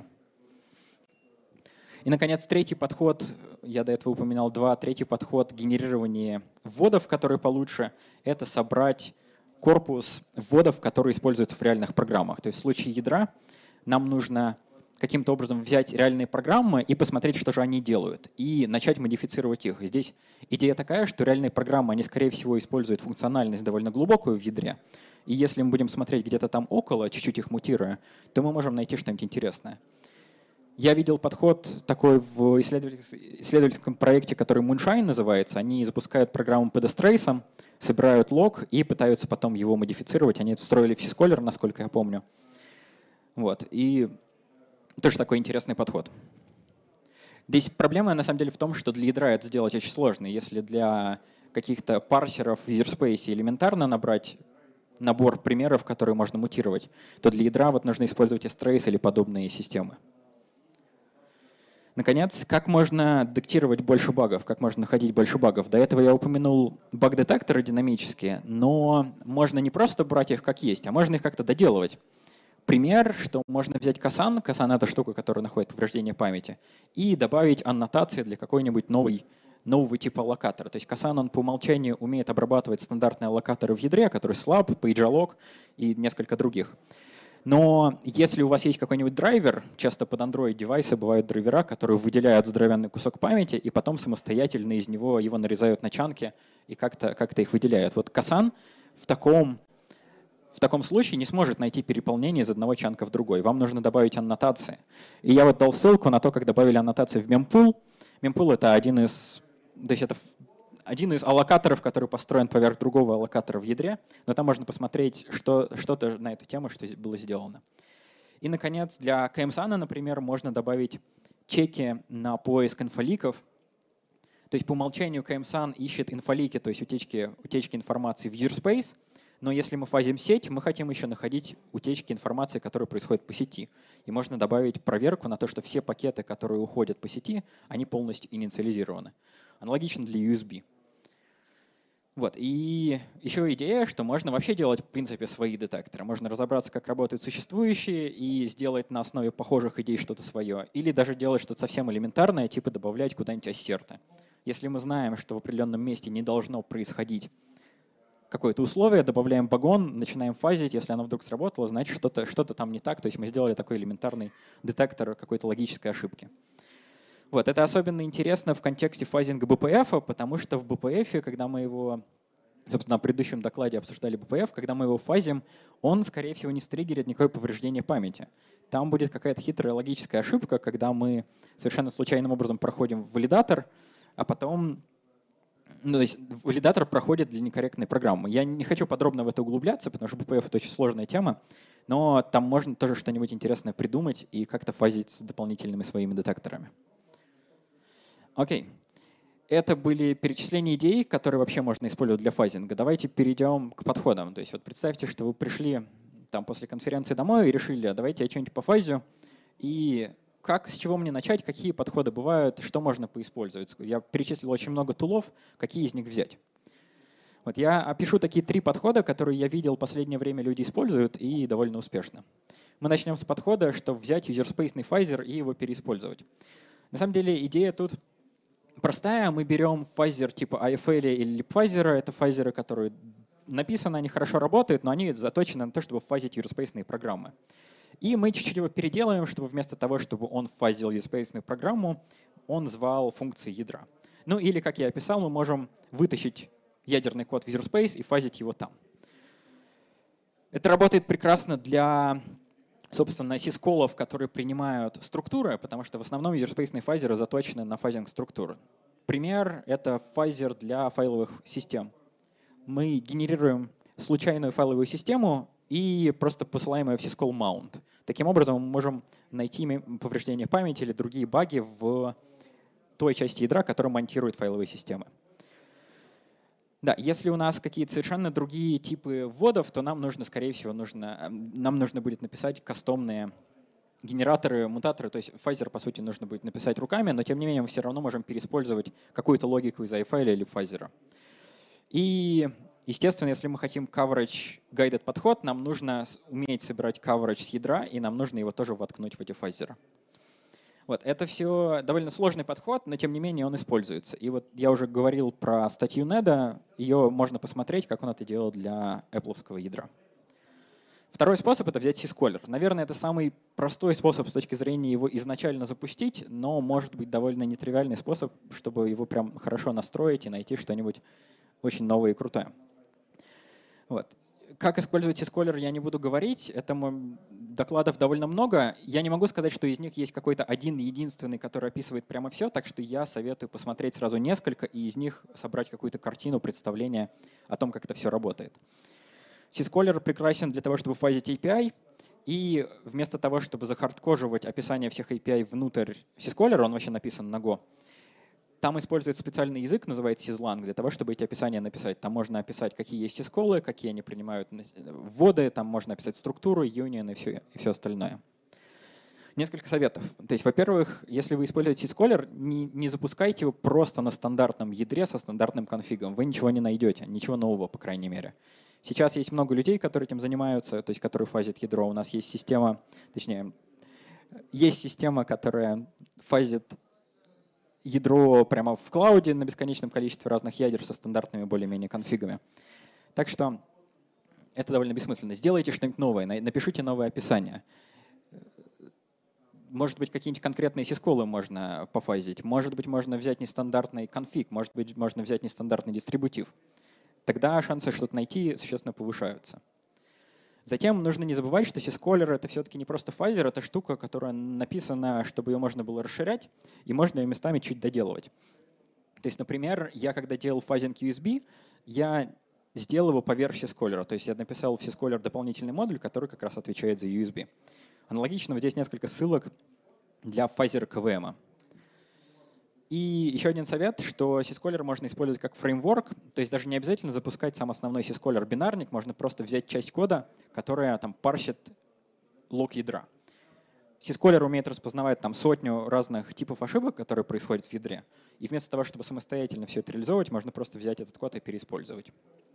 И, наконец, третий подход, я до этого упоминал два, третий подход генерирования вводов, который получше, это собрать корпус вводов, которые используются в реальных программах. То есть в случае ядра нам нужно каким-то образом взять реальные программы и посмотреть, что же они делают, и начать модифицировать их. Здесь идея такая, что реальные программы, они, скорее всего, используют функциональность довольно глубокую в ядре, и если мы будем смотреть где-то там около, чуть-чуть их мутируя, то мы можем найти что-нибудь интересное. Я видел подход такой в исследовательском проекте, который Moonshine называется. Они запускают программу под S-Trace, собирают лог и пытаются потом его модифицировать. Они это встроили в Syscaller, насколько я помню. Вот. И тоже такой интересный подход. Здесь проблема на самом деле в том, что для ядра это сделать очень сложно. Если для каких-то парсеров в userspace элементарно набрать набор примеров, которые можно мутировать, то для ядра вот нужно использовать S-Trace или подобные системы. Наконец, как можно детектировать больше багов, как можно находить больше багов? До этого я упомянул баг-детекторы динамические, но можно не просто брать их как есть, а можно их как-то доделывать. Пример, что можно взять Kasan, Kasan — это штука, которая находит повреждение памяти, и добавить аннотации для какой-нибудь нового типа аллокатора. То есть Kasan, он по умолчанию умеет обрабатывать стандартные аллокаторы в ядре, которые SLAB, PageAlloc и несколько других. Но если у вас есть какой-нибудь драйвер, часто под Android-девайсы бывают драйвера, которые выделяют здоровенный кусок памяти и потом самостоятельно из него его нарезают на чанки и как-то их выделяют. Вот Kasan в таком случае не сможет найти переполнение из одного чанка в другой. Вам нужно добавить аннотации. И я вот дал ссылку на то, как добавили аннотации в Mempool. Mempool — это один из аллокаторов, который построен поверх другого аллокатора в ядре, но там можно посмотреть что-то на эту тему, что было сделано. И, наконец, для KMSAN, например, можно добавить чеки на поиск инфоликов. То есть по умолчанию KMSAN ищет инфолики, то есть утечки информации в userspace, но если мы фазим сеть, мы хотим еще находить утечки информации, которые происходят по сети. И можно добавить проверку на то, что все пакеты, которые уходят по сети, они полностью инициализированы. Аналогично для USB. Вот. И еще идея, что можно вообще делать, в принципе, свои детекторы. Можно разобраться, как работают существующие, и сделать на основе похожих идей что-то свое. Или даже делать что-то совсем элементарное, типа добавлять куда-нибудь ассерты. Если мы знаем, что в определенном месте не должно происходить какое-то условие, добавляем багон, начинаем фазить. Если оно вдруг сработало, значит, что-то там не так. То есть мы сделали такой элементарный детектор какой-то логической ошибки. Вот, это особенно интересно в контексте фазинга BPF, потому что в BPF, когда мы его, собственно, на предыдущем докладе обсуждали BPF, когда мы его фазим, он, скорее всего, не стриггерит никакое повреждение памяти. Там будет какая-то хитрая логическая ошибка, когда мы совершенно случайным образом проходим валидатор, а потом то есть валидатор проходит для некорректной программы. Я не хочу подробно в это углубляться, потому что BPF — это очень сложная тема, но там можно тоже что-нибудь интересное придумать и как-то фазить с дополнительными своими детекторами. Окей. Это были перечисления идей, которые вообще можно использовать для фазинга. Давайте перейдем к подходам. То есть вот представьте, что вы пришли там после конференции домой и решили, давайте я что-нибудь пофазю. И с чего мне начать, какие подходы бывают, что можно поиспользовать. Я перечислил очень много тулов, какие из них взять. Вот я опишу такие 3 подхода, которые я видел в последнее время люди используют и довольно успешно. Мы начнем с подхода, что взять userspace фазер и его переиспользовать. На самом деле идея тут простая. Мы берем фазер типа AFL или LibFuzzer. Это фазеры, которые написаны, они хорошо работают, но они заточены на то, чтобы фазить userspace программы. И мы чуть-чуть его переделаем, чтобы вместо того, чтобы он фазил userspace программу, он звал функции ядра. Ну или, как я описал, мы можем вытащить ядерный код в userspace и фазить его там. Это работает прекрасно для, собственно, сисколов, которые принимают структуры, потому что в основном userspace фазеры заточены на фазинг структур. Пример — это фазер для файловых систем. Мы генерируем случайную файловую систему и просто посылаем ее в syscall mount. Таким образом, мы можем найти повреждения памяти или другие баги в той части ядра, которая монтирует файловые системы. Да, если у нас какие-то совершенно другие типы вводов, то нам нужно, скорее всего, нам нужно будет написать кастомные генераторы, мутаторы. То есть фазер, по сути, нужно будет написать руками, но тем не менее мы все равно можем переиспользовать какую-то логику из iFile или фазера. И естественно, если мы хотим coverage-guided подход, нам нужно уметь собирать coverage с ядра, и нам нужно его тоже воткнуть в эти фазеры. Вот, это все довольно сложный подход, но тем не менее он используется. И вот я уже говорил про статью Неда, ее можно посмотреть, как он это делал для Apple-овского ядра. Второй способ — это взять Syscaller. Наверное, это самый простой способ с точки зрения его изначально запустить, но может быть довольно нетривиальный способ, чтобы его прям хорошо настроить и найти что-нибудь очень новое и крутое. Вот. Как использовать Syscaller, я не буду говорить. Это докладов довольно много. Я не могу сказать, что из них есть какой-то один единственный, который описывает прямо все, так что я советую посмотреть сразу несколько и из них собрать какую-то картину, представление о том, как это все работает. Syscaller прекрасен для того, чтобы фазить API, и вместо того, чтобы захардкоживать описание всех API внутрь Syscaller, он вообще написан на Go, там используется специальный язык, называется Syslang, для того, чтобы эти описания написать. Там можно описать, какие есть сисколы, какие они принимают вводы, там можно описать структуру, юнион и все остальное. Несколько советов. То есть, во-первых, если вы используете Syscaller, не запускайте его просто на стандартном ядре со стандартным конфигом. Вы ничего не найдете, ничего нового, по крайней мере. Сейчас есть много людей, которые этим занимаются, то есть которые фазят ядро. У нас есть система, которая фазит ядро прямо в клауде на бесконечном количестве разных ядер со стандартными более-менее конфигами. Так что это довольно бессмысленно. Сделайте что-нибудь новое, напишите новое описание. Может быть, какие-нибудь конкретные сисколы можно пофазить. Может быть, можно взять нестандартный конфиг. Может быть, можно взять нестандартный дистрибутив. Тогда шансы что-то найти существенно повышаются. Затем нужно не забывать, что Syscaller — это все-таки не просто фазер, это штука, которая написана, чтобы ее можно было расширять, и можно ее местами чуть доделывать. То есть, например, я когда делал фазинг USB, я сделал его поверх Syscaller. То есть я написал в Syscaller дополнительный модуль, который как раз отвечает за USB. Аналогично, вот здесь несколько ссылок для фазера КВМ. И еще один совет, что Syscaller можно использовать как фреймворк, то есть даже не обязательно запускать сам основной Syscaller бинарник, можно просто взять часть кода, которая там парсит лог ядра. Syscaller умеет распознавать там сотню разных типов ошибок, которые происходят в ядре, и вместо того, чтобы самостоятельно все это реализовывать, можно просто взять этот код и переиспользовать.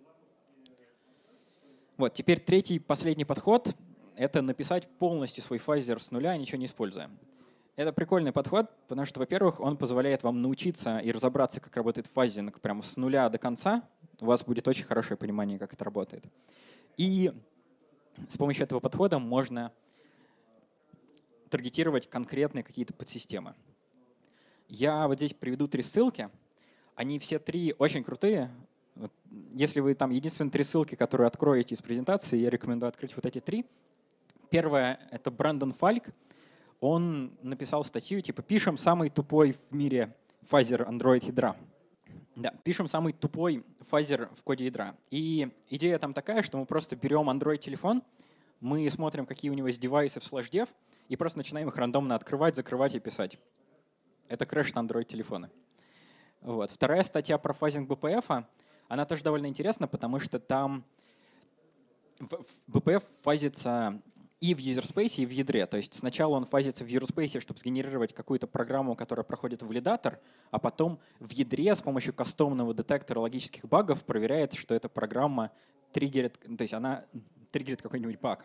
Вот, теперь третий, последний подход — это написать полностью свой фазер с нуля, ничего не используя. Это прикольный подход, потому что, во-первых, он позволяет вам научиться и разобраться, как работает фазинг прямо с нуля до конца. У вас будет очень хорошее понимание, как это работает. И с помощью этого подхода можно таргетировать конкретные какие-то подсистемы. Я вот здесь приведу 3 ссылки. Они все 3 очень крутые. Если вы там единственные 3 ссылки, которые откроете из презентации, я рекомендую открыть вот эти 3. Первое — это Брэндон Фальк. Он написал статью, типа «Пишем самый тупой в мире фазер Android ядра». Да, пишем самый тупой фазер в коде ядра. И идея там такая, что мы просто берем Android-телефон, мы смотрим, какие у него есть девайсы в SlashDev, и просто начинаем их рандомно открывать, закрывать и писать. Это крэш на Android-телефоны. Вот. Вторая статья про фазинг BPF, она тоже довольно интересна, потому что там BPF фазится и в user-space, и в ядре. То есть сначала он фазится в user-space, чтобы сгенерировать какую-то программу, которая проходит валидатор, а потом в ядре с помощью кастомного детектора логических багов проверяет, что эта программа триггерит, то есть она триггерит какой-нибудь баг.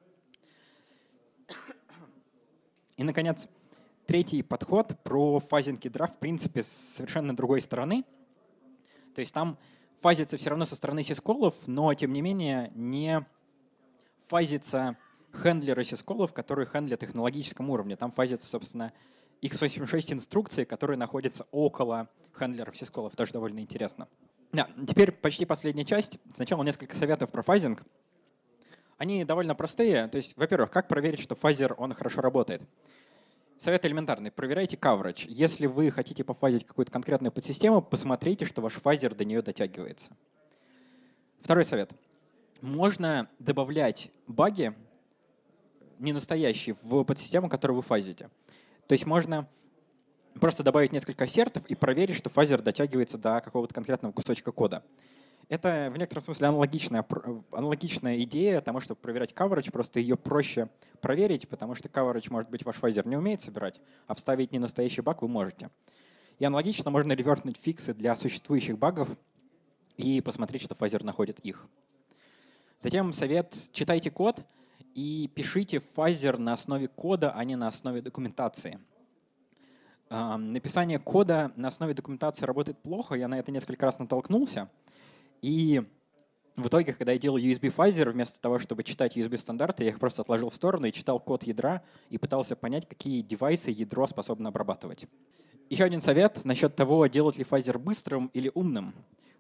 И, наконец, третий подход про фазинг ядра, в принципе, с совершенно другой стороны. То есть там фазится все равно со стороны сисколов, но, тем не менее, не фазится хендлеры сисколов, которые хендлят их на логическом уровне. Там фазятся, собственно, x86 инструкции, которые находятся около хендлеров сисколов. Тоже довольно интересно. Да, теперь почти последняя часть. Сначала несколько советов про фазинг. Они довольно простые. То есть, во-первых, как проверить, что фазер, он хорошо работает? Совет элементарный. Проверяйте coverage. Если вы хотите пофазить какую-то конкретную подсистему, посмотрите, что ваш фазер до нее дотягивается. Второй совет. Можно добавлять баги, не настоящие, в подсистему, которую вы фазите. То есть можно просто добавить несколько ассертов и проверить, что фазер дотягивается до какого-то конкретного кусочка кода. Это в некотором смысле аналогичная идея тому, чтобы проверять coverage, просто ее проще проверить, потому что coverage, может быть, ваш фазер не умеет собирать, а вставить ненастоящий баг вы можете. И аналогично можно ревертнуть фиксы для существующих багов и посмотреть, что фазер находит их. Затем совет: читайте код и пишите фазер на основе кода, а не на основе документации. Написание кода на основе документации работает плохо, я на это несколько раз натолкнулся. И в итоге, когда я делал USB-фазер, вместо того, чтобы читать USB-стандарты, я их просто отложил в сторону и читал код ядра и пытался понять, какие девайсы ядро способно обрабатывать. Еще один совет насчет того, делать ли фазер быстрым или умным.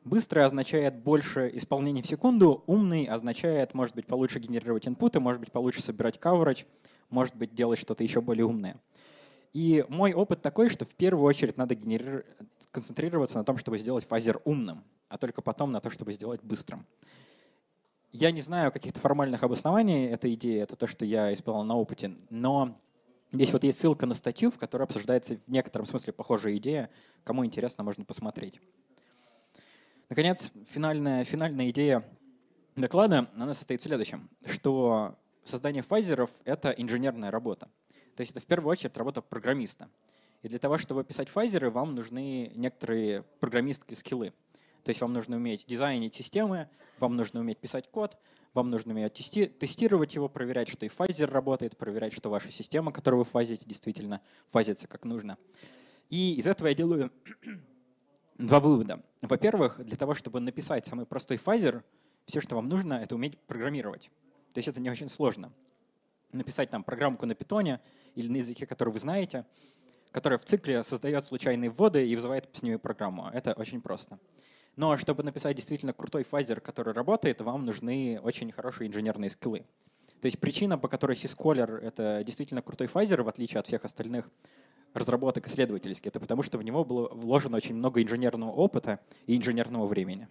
Быстрый означает больше исполнений в секунду, умный означает, может быть, получше генерировать инпуты, может быть, получше собирать coverage, может быть, делать что-то еще более умное. И мой опыт такой, что в первую очередь надо концентрироваться на том, чтобы сделать фазер умным, а только потом на то, чтобы сделать быстрым. Я не знаю каких-то формальных обоснований этой идеи, это то, что я испытал на опыте, но здесь вот есть ссылка на статью, в которой обсуждается в некотором смысле похожая идея. Кому интересно, можно посмотреть. Наконец, финальная идея доклада, она состоит в следующем, что создание фазеров — это инженерная работа. То есть это в первую очередь работа программиста. И для того, чтобы писать фазеры, вам нужны некоторые программистские скиллы. То есть вам нужно уметь дизайнить системы, вам нужно уметь писать код, вам нужно уметь тестировать его, проверять, что и фазер работает, проверять, что ваша система, которую вы фазите, действительно фазится как нужно. И из этого я делаю два вывода. Во-первых, для того, чтобы написать самый простой фазер, все, что вам нужно, это уметь программировать. То есть это не очень сложно. Написать там программку на питоне или на языке, который вы знаете, которая в цикле создает случайные вводы и вызывает с ними программу. Это очень просто. Но чтобы написать действительно крутой фазер, который работает, вам нужны очень хорошие инженерные скиллы. То есть причина, по которой Syscaller — это действительно крутой фазер, в отличие от всех остальных разработок исследовательских, это потому что в него было вложено очень много инженерного опыта и инженерного времени.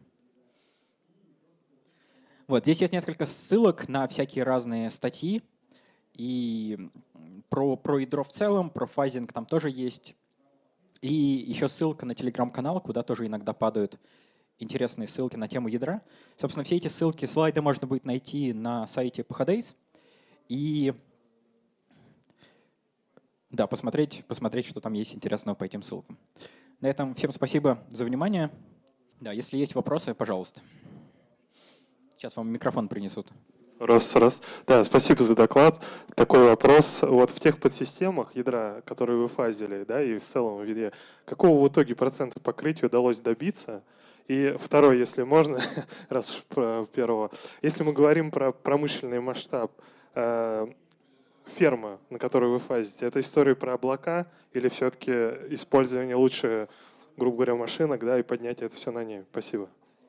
Вот, здесь есть несколько ссылок на всякие разные статьи, и про ядро в целом, про фазинг там тоже есть. И еще ссылка на телеграм-канал, куда тоже иногда падают интересные ссылки на тему ядра. Собственно, все эти ссылки, слайды можно будет найти на сайте PHDays. И да, посмотреть, что там есть интересного по этим ссылкам. На этом всем спасибо за внимание. Да, если есть вопросы, пожалуйста. Сейчас вам микрофон принесут. Раз. Да, спасибо за доклад. Такой вопрос. Вот в тех подсистемах ядра, которые вы фазили, да, и в целом в ядре, какого в итоге процента покрытия удалось добиться? И второй, если можно, раз уж про первого. Если мы говорим про промышленный масштаб, ферма, на которую вы фазите, это история про облака или все-таки использование лучше, грубо говоря, машинок, да, и поднятие это все на ней? Спасибо.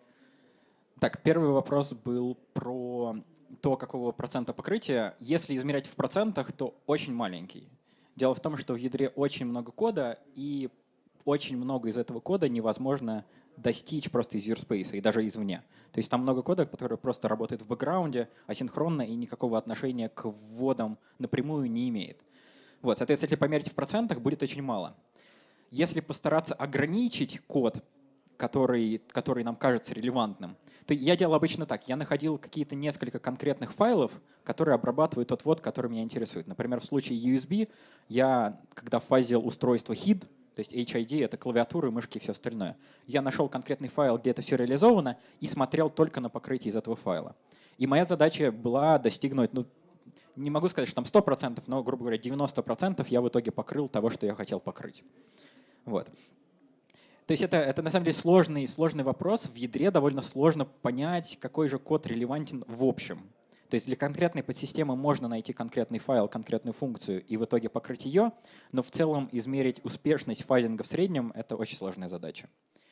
Так, первый вопрос был про то, какого процента покрытия. Если измерять в процентах, то очень маленький. Дело в том, что в ядре очень много кода, и очень много из этого кода невозможно достичь просто из userspace и даже извне. То есть там много кода, который просто работает в бэкграунде, асинхронно и никакого отношения к вводам напрямую не имеет. Вот, соответственно, если померить в процентах, будет очень мало. Если постараться ограничить код, который нам кажется релевантным, то я делал обычно так. Я находил какие-то несколько конкретных файлов, которые обрабатывают тот ввод, который меня интересует. Например, в случае USB я, когда фазил устройство HID, то есть HID — это клавиатура, мышки и все остальное, я нашел конкретный файл, где это все реализовано, и смотрел только на покрытие из этого файла. И моя задача была достигнуть, не могу сказать, что там 100%, но, грубо говоря, 90% я в итоге покрыл того, что я хотел покрыть. Вот. То есть это на самом деле сложный вопрос. В ядре довольно сложно понять, какой же код релевантен в общем. То есть для конкретной подсистемы можно найти конкретный файл, конкретную функцию и в итоге покрыть ее, но в целом измерить успешность фазинга в среднем — это очень сложная задача.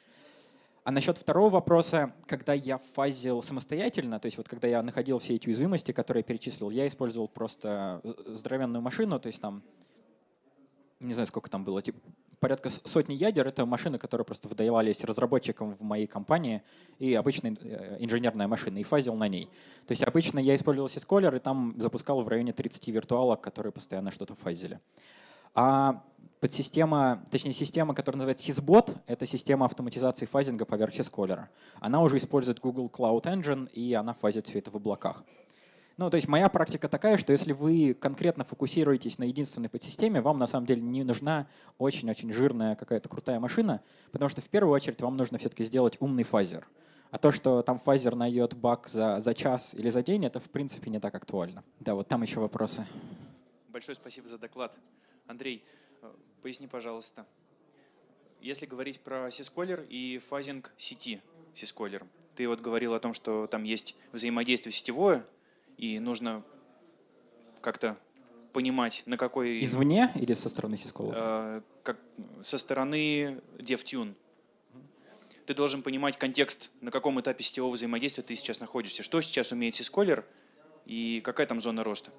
А насчет второго вопроса, когда я фазил самостоятельно, то есть вот когда я находил все эти уязвимости, которые я перечислил, я использовал просто здоровенную машину, то есть там, не знаю, сколько там было, типа порядка сотни ядер. Это машины, которые просто выдавались разработчикам в моей компании, и обычная инженерная машина, и фазил на ней. То есть обычно я использовал Syscaller, и там запускал в районе 30 виртуалок, которые постоянно что-то фазили. А подсистема, точнее система, которая называется Sysbot, это система автоматизации фазинга поверх Syscaller. Она уже использует Google Cloud Engine, и она фазит все это в облаках. То есть моя практика такая, что если вы конкретно фокусируетесь на единственной подсистеме, вам на самом деле не нужна очень-очень жирная какая-то крутая машина, потому что в первую очередь вам нужно все-таки сделать умный фазер. А то, что там фазер найдет баг за час или за день, это в принципе не так актуально. Да, вот там еще вопросы. Большое спасибо за доклад. Андрей, поясни, пожалуйста, если говорить про Syscaller и фазинг сети Syscaller, ты вот говорил о том, что там есть взаимодействие сетевое, и нужно как-то понимать, на какой... Извне или со стороны Syscaller? Со стороны DevTune. ты должен понимать контекст, на каком этапе сетевого взаимодействия ты сейчас находишься. Что сейчас умеет Сисколер и какая там зона роста?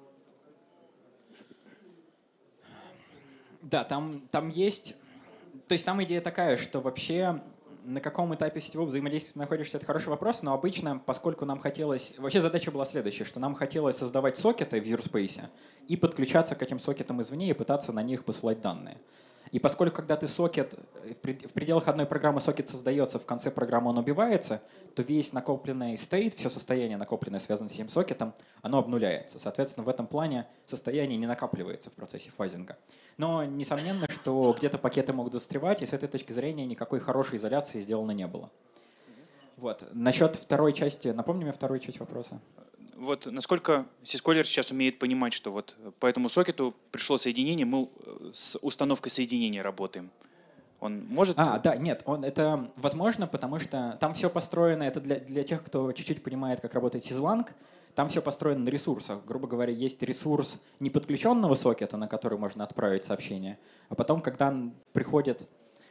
Да, там есть... То есть там идея такая, что вообще на каком этапе сетевого взаимодействия ты находишься, это хороший вопрос, но обычно, поскольку нам хотелось... Вообще задача была следующая, что нам хотелось создавать сокеты в Userspace и подключаться к этим сокетам извне и пытаться на них посылать данные. И поскольку, когда ты сокет, в пределах одной программы сокет создается, в конце программы он убивается, то весь накопленный state, все состояние накопленное, связанное с этим сокетом, оно обнуляется. Соответственно, в этом плане состояние не накапливается в процессе фазинга. Но несомненно, что где-то пакеты могут застревать, и с этой точки зрения никакой хорошей изоляции сделано не было. Вот. Насчет второй части, напомни мне вторую часть вопроса. Вот насколько Сисколер сейчас умеет понимать, что вот по этому сокету пришло соединение, мы с установкой соединения работаем. Он может... Да, нет, это возможно, потому что там все построено, это для тех, кто чуть-чуть понимает, как работает Syslang, там все построено на ресурсах. Грубо говоря, есть ресурс неподключенного сокета, на который можно отправить сообщение, а потом, когда приходит...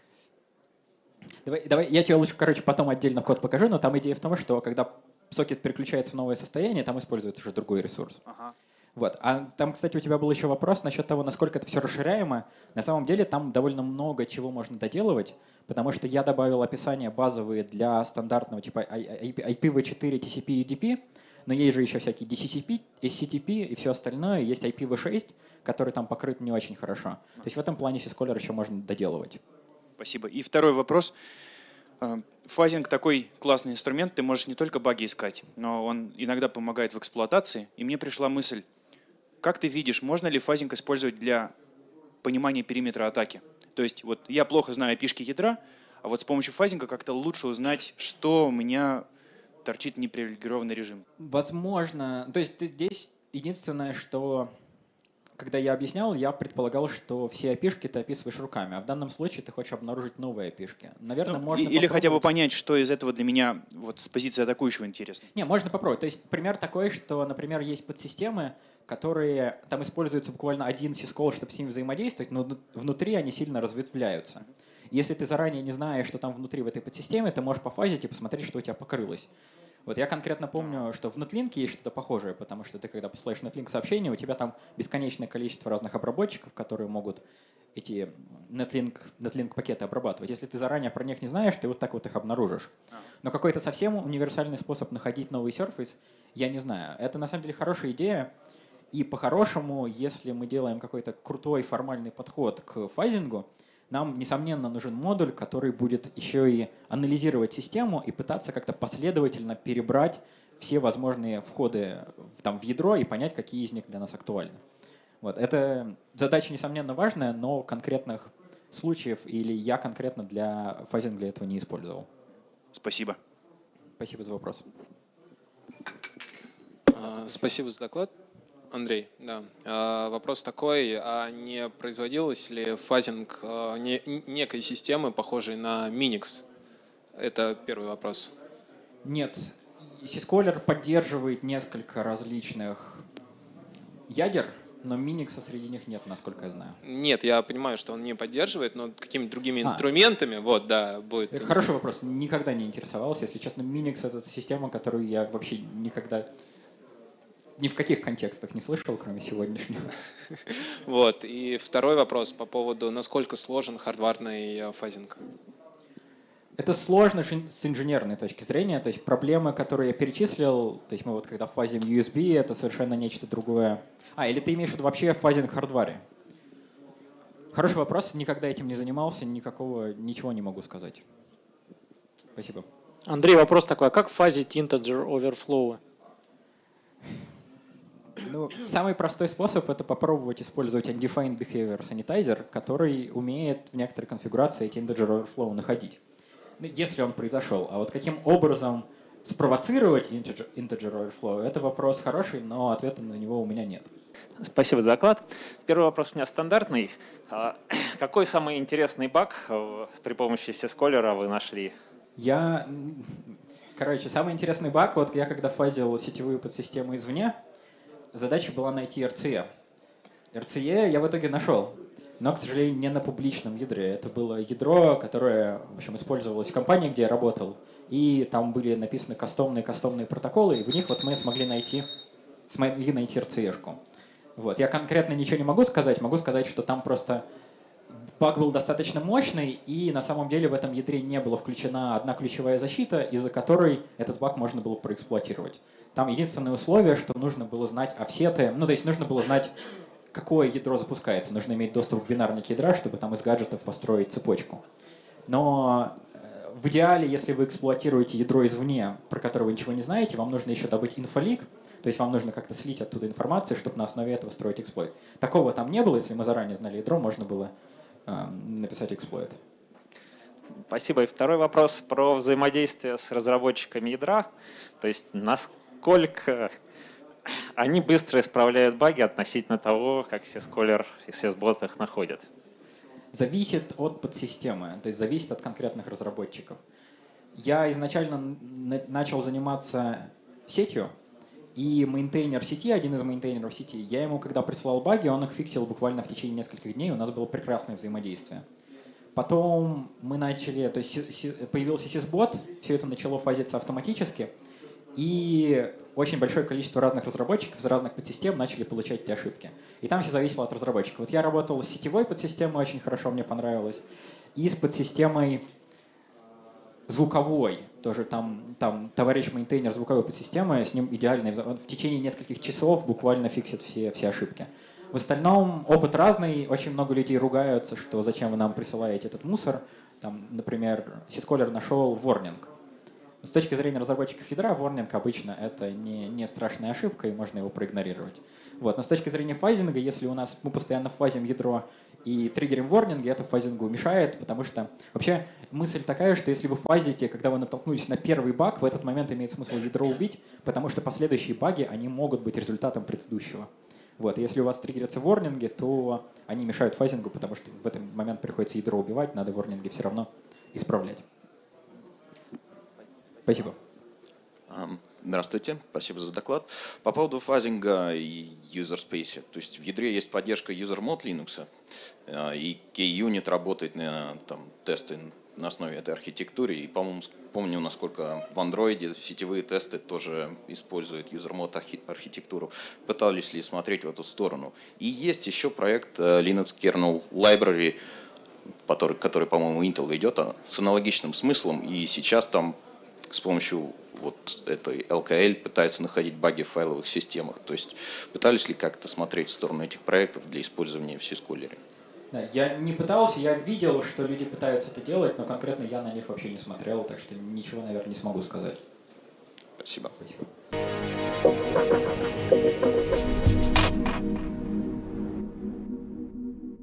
Давай, я тебе лучше, потом отдельно код покажу, но там идея в том, что когда сокет переключается в новое состояние, там используется уже другой ресурс. Ага. Вот. А там, кстати, у тебя был еще вопрос насчет того, насколько это все расширяемо. На самом деле там довольно много чего можно доделывать, потому что я добавил описания базовые для стандартного типа IPv4, TCP и UDP, но есть же еще всякие DCCP, SCTP и все остальное. Есть IPv6, который там покрыт не очень хорошо. То есть в этом плане Syscaller еще можно доделывать. Спасибо. И второй вопрос. Фазинг такой классный инструмент, ты можешь не только баги искать, но он иногда помогает в эксплуатации. И мне пришла мысль, как ты видишь, можно ли фазинг использовать для понимания периметра атаки? То есть вот я плохо знаю опишки ядра, а вот с помощью фазинга как-то лучше узнать, что у меня торчит непривилегированный режим. Возможно. То есть здесь единственное, что... Когда я объяснял, я предполагал, что все опишки ты описываешь руками, а в данном случае ты хочешь обнаружить новые опишки. Наверное, можно или хотя бы понять, что из этого для меня вот с позиции атакующего интересно. Не, можно попробовать. То есть пример такой, что, например, есть подсистемы, которые там используется буквально один сискол, чтобы с ними взаимодействовать, но внутри они сильно разветвляются. Если ты заранее не знаешь, что там внутри в этой подсистеме, ты можешь пофазить и посмотреть, что у тебя покрылось. Вот я конкретно помню, что в Netlink есть что-то похожее, потому что ты, когда посылаешь Netlink сообщение, у тебя там бесконечное количество разных обработчиков, которые могут эти Netlink пакеты обрабатывать. Если ты заранее про них не знаешь, ты вот так вот их обнаружишь. Но какой-то совсем универсальный способ находить новый серфис, я не знаю. Это на самом деле хорошая идея. И по-хорошему, если мы делаем какой-то крутой формальный подход к фазингу, нам, несомненно, нужен модуль, который будет еще и анализировать систему и пытаться как-то последовательно перебрать все возможные входы в ядро и понять, какие из них для нас актуальны. Вот. Это задача, несомненно, важная, но конкретных случаев или я конкретно для фазинга для этого не использовал. Спасибо. Спасибо за вопрос. Спасибо за доклад. Андрей, да. Вопрос такой, а не производилось ли фазинг некой системы, похожей на Minix? Это первый вопрос. Нет. Syscaller поддерживает несколько различных ядер, но Minix среди них нет, насколько я знаю. Нет, я понимаю, что он не поддерживает, но какими-то другими инструментами, вот, да, будет. Это хороший вопрос. Никогда не интересовался. Если честно, Minix — это система, которую я вообще никогда... Ни в каких контекстах не слышал, кроме сегодняшнего. Вот. И второй вопрос по поводу, насколько сложен хардварный фазинг. Это сложно с инженерной точки зрения. То есть проблемы, которые я перечислил, то есть мы вот когда фазим USB, это совершенно нечто другое. Или ты имеешь в виду вообще фазинг в хардваре? Хороший вопрос. Никогда этим не занимался, ничего не могу сказать. Спасибо. Андрей, вопрос такой. А как фазить integer overflow? Самый простой способ — это попробовать использовать undefined behavior sanitizer, который умеет в некоторой конфигурации эти integer overflow находить. Если он произошел. А вот каким образом спровоцировать integer overflow — это вопрос хороший, но ответа на него у меня нет. Спасибо за доклад. Первый вопрос у меня стандартный. Какой самый интересный баг при помощи Syscaller вы нашли? Самый интересный баг, вот я когда фазил сетевую подсистему извне, задача была найти RCE. RCE я в итоге нашел. но, к сожалению, не на публичном ядре. Это было ядро, которое, в общем, использовалось в компании, где я работал, и там были написаны кастомные протоколы, и в них вот мы смогли найти RCE-шку. Вот. Я конкретно ничего не могу сказать, что там просто баг был достаточно мощный, и на самом деле в этом ядре не была включена одна ключевая защита, из-за которой этот баг можно было проэксплуатировать. Там единственное условие, что нужно было знать офсеты, то есть нужно было знать, какое ядро запускается. Нужно иметь доступ к бинарнике ядра, чтобы там из гаджетов построить цепочку. Но в идеале, если вы эксплуатируете ядро извне, про которое вы ничего не знаете, вам нужно еще добыть инфолик, то есть вам нужно как-то слить оттуда информацию, чтобы на основе этого строить эксплойт. Такого там не было, если мы заранее знали ядро, можно было написать эксплойт. Спасибо. И второй вопрос про взаимодействие с разработчиками ядра. То есть насколько они быстро исправляют баги относительно того, как сисколер и сисбот их находят. Зависит от подсистемы, то есть зависит от конкретных разработчиков. Я изначально начал заниматься сетью, и мейнтейнер сети, один из мейнтейнеров сети, я ему, когда присылал баги, он их фиксил буквально в течение нескольких дней, у нас было прекрасное взаимодействие. Потом мы начали, то есть появился сисбот, все это начало фазиться автоматически, и очень большое количество разных разработчиков из разных подсистем начали получать эти ошибки. И там все зависело от разработчика. Вот я работал с сетевой подсистемой, очень хорошо, мне понравилось, и с подсистемой звуковой, тоже там товарищ-мейнтейнер звуковой подсистемы, с ним идеально, в течение нескольких часов буквально фиксит все ошибки. В остальном опыт разный, очень много людей ругаются, что зачем вы нам присылаете этот мусор. Там, например, сисколер нашел ворнинг. С точки зрения разработчиков ядра, ворнинг обычно это не страшная ошибка, и можно его проигнорировать. Вот. Но с точки зрения фазинга, если мы постоянно фазим ядро и триггерим ворнинги, это фазингу мешает, потому что вообще мысль такая, что если вы фазите, когда вы натолкнулись на первый баг, в этот момент имеет смысл ядро убить, потому что последующие баги, они могут быть результатом предыдущего. Вот. И если у вас триггерятся ворнинги, то они мешают фазингу, потому что в этот момент приходится ядро убивать, надо ворнинги все равно исправлять. Спасибо. Здравствуйте, спасибо за доклад. По поводу фазинга и user space. То есть в ядре есть поддержка user mode Linux, и KUnit работает на тесты на основе этой архитектуры. И, по-моему, помню, насколько в Android сетевые тесты тоже используют user mode архитектуру. Пытались ли смотреть в эту сторону? И есть еще проект Linux Kernel Library, который, по-моему, Intel ведет, с аналогичным смыслом. И сейчас там с помощью вот этой LKL пытаются находить баги в файловых системах. То есть пытались ли как-то смотреть в сторону этих проектов для использования в сисколере? Да, я не пытался, я видел, что люди пытаются это делать, но конкретно я на них вообще не смотрел, так что ничего, наверное, не смогу сказать. Спасибо. Спасибо.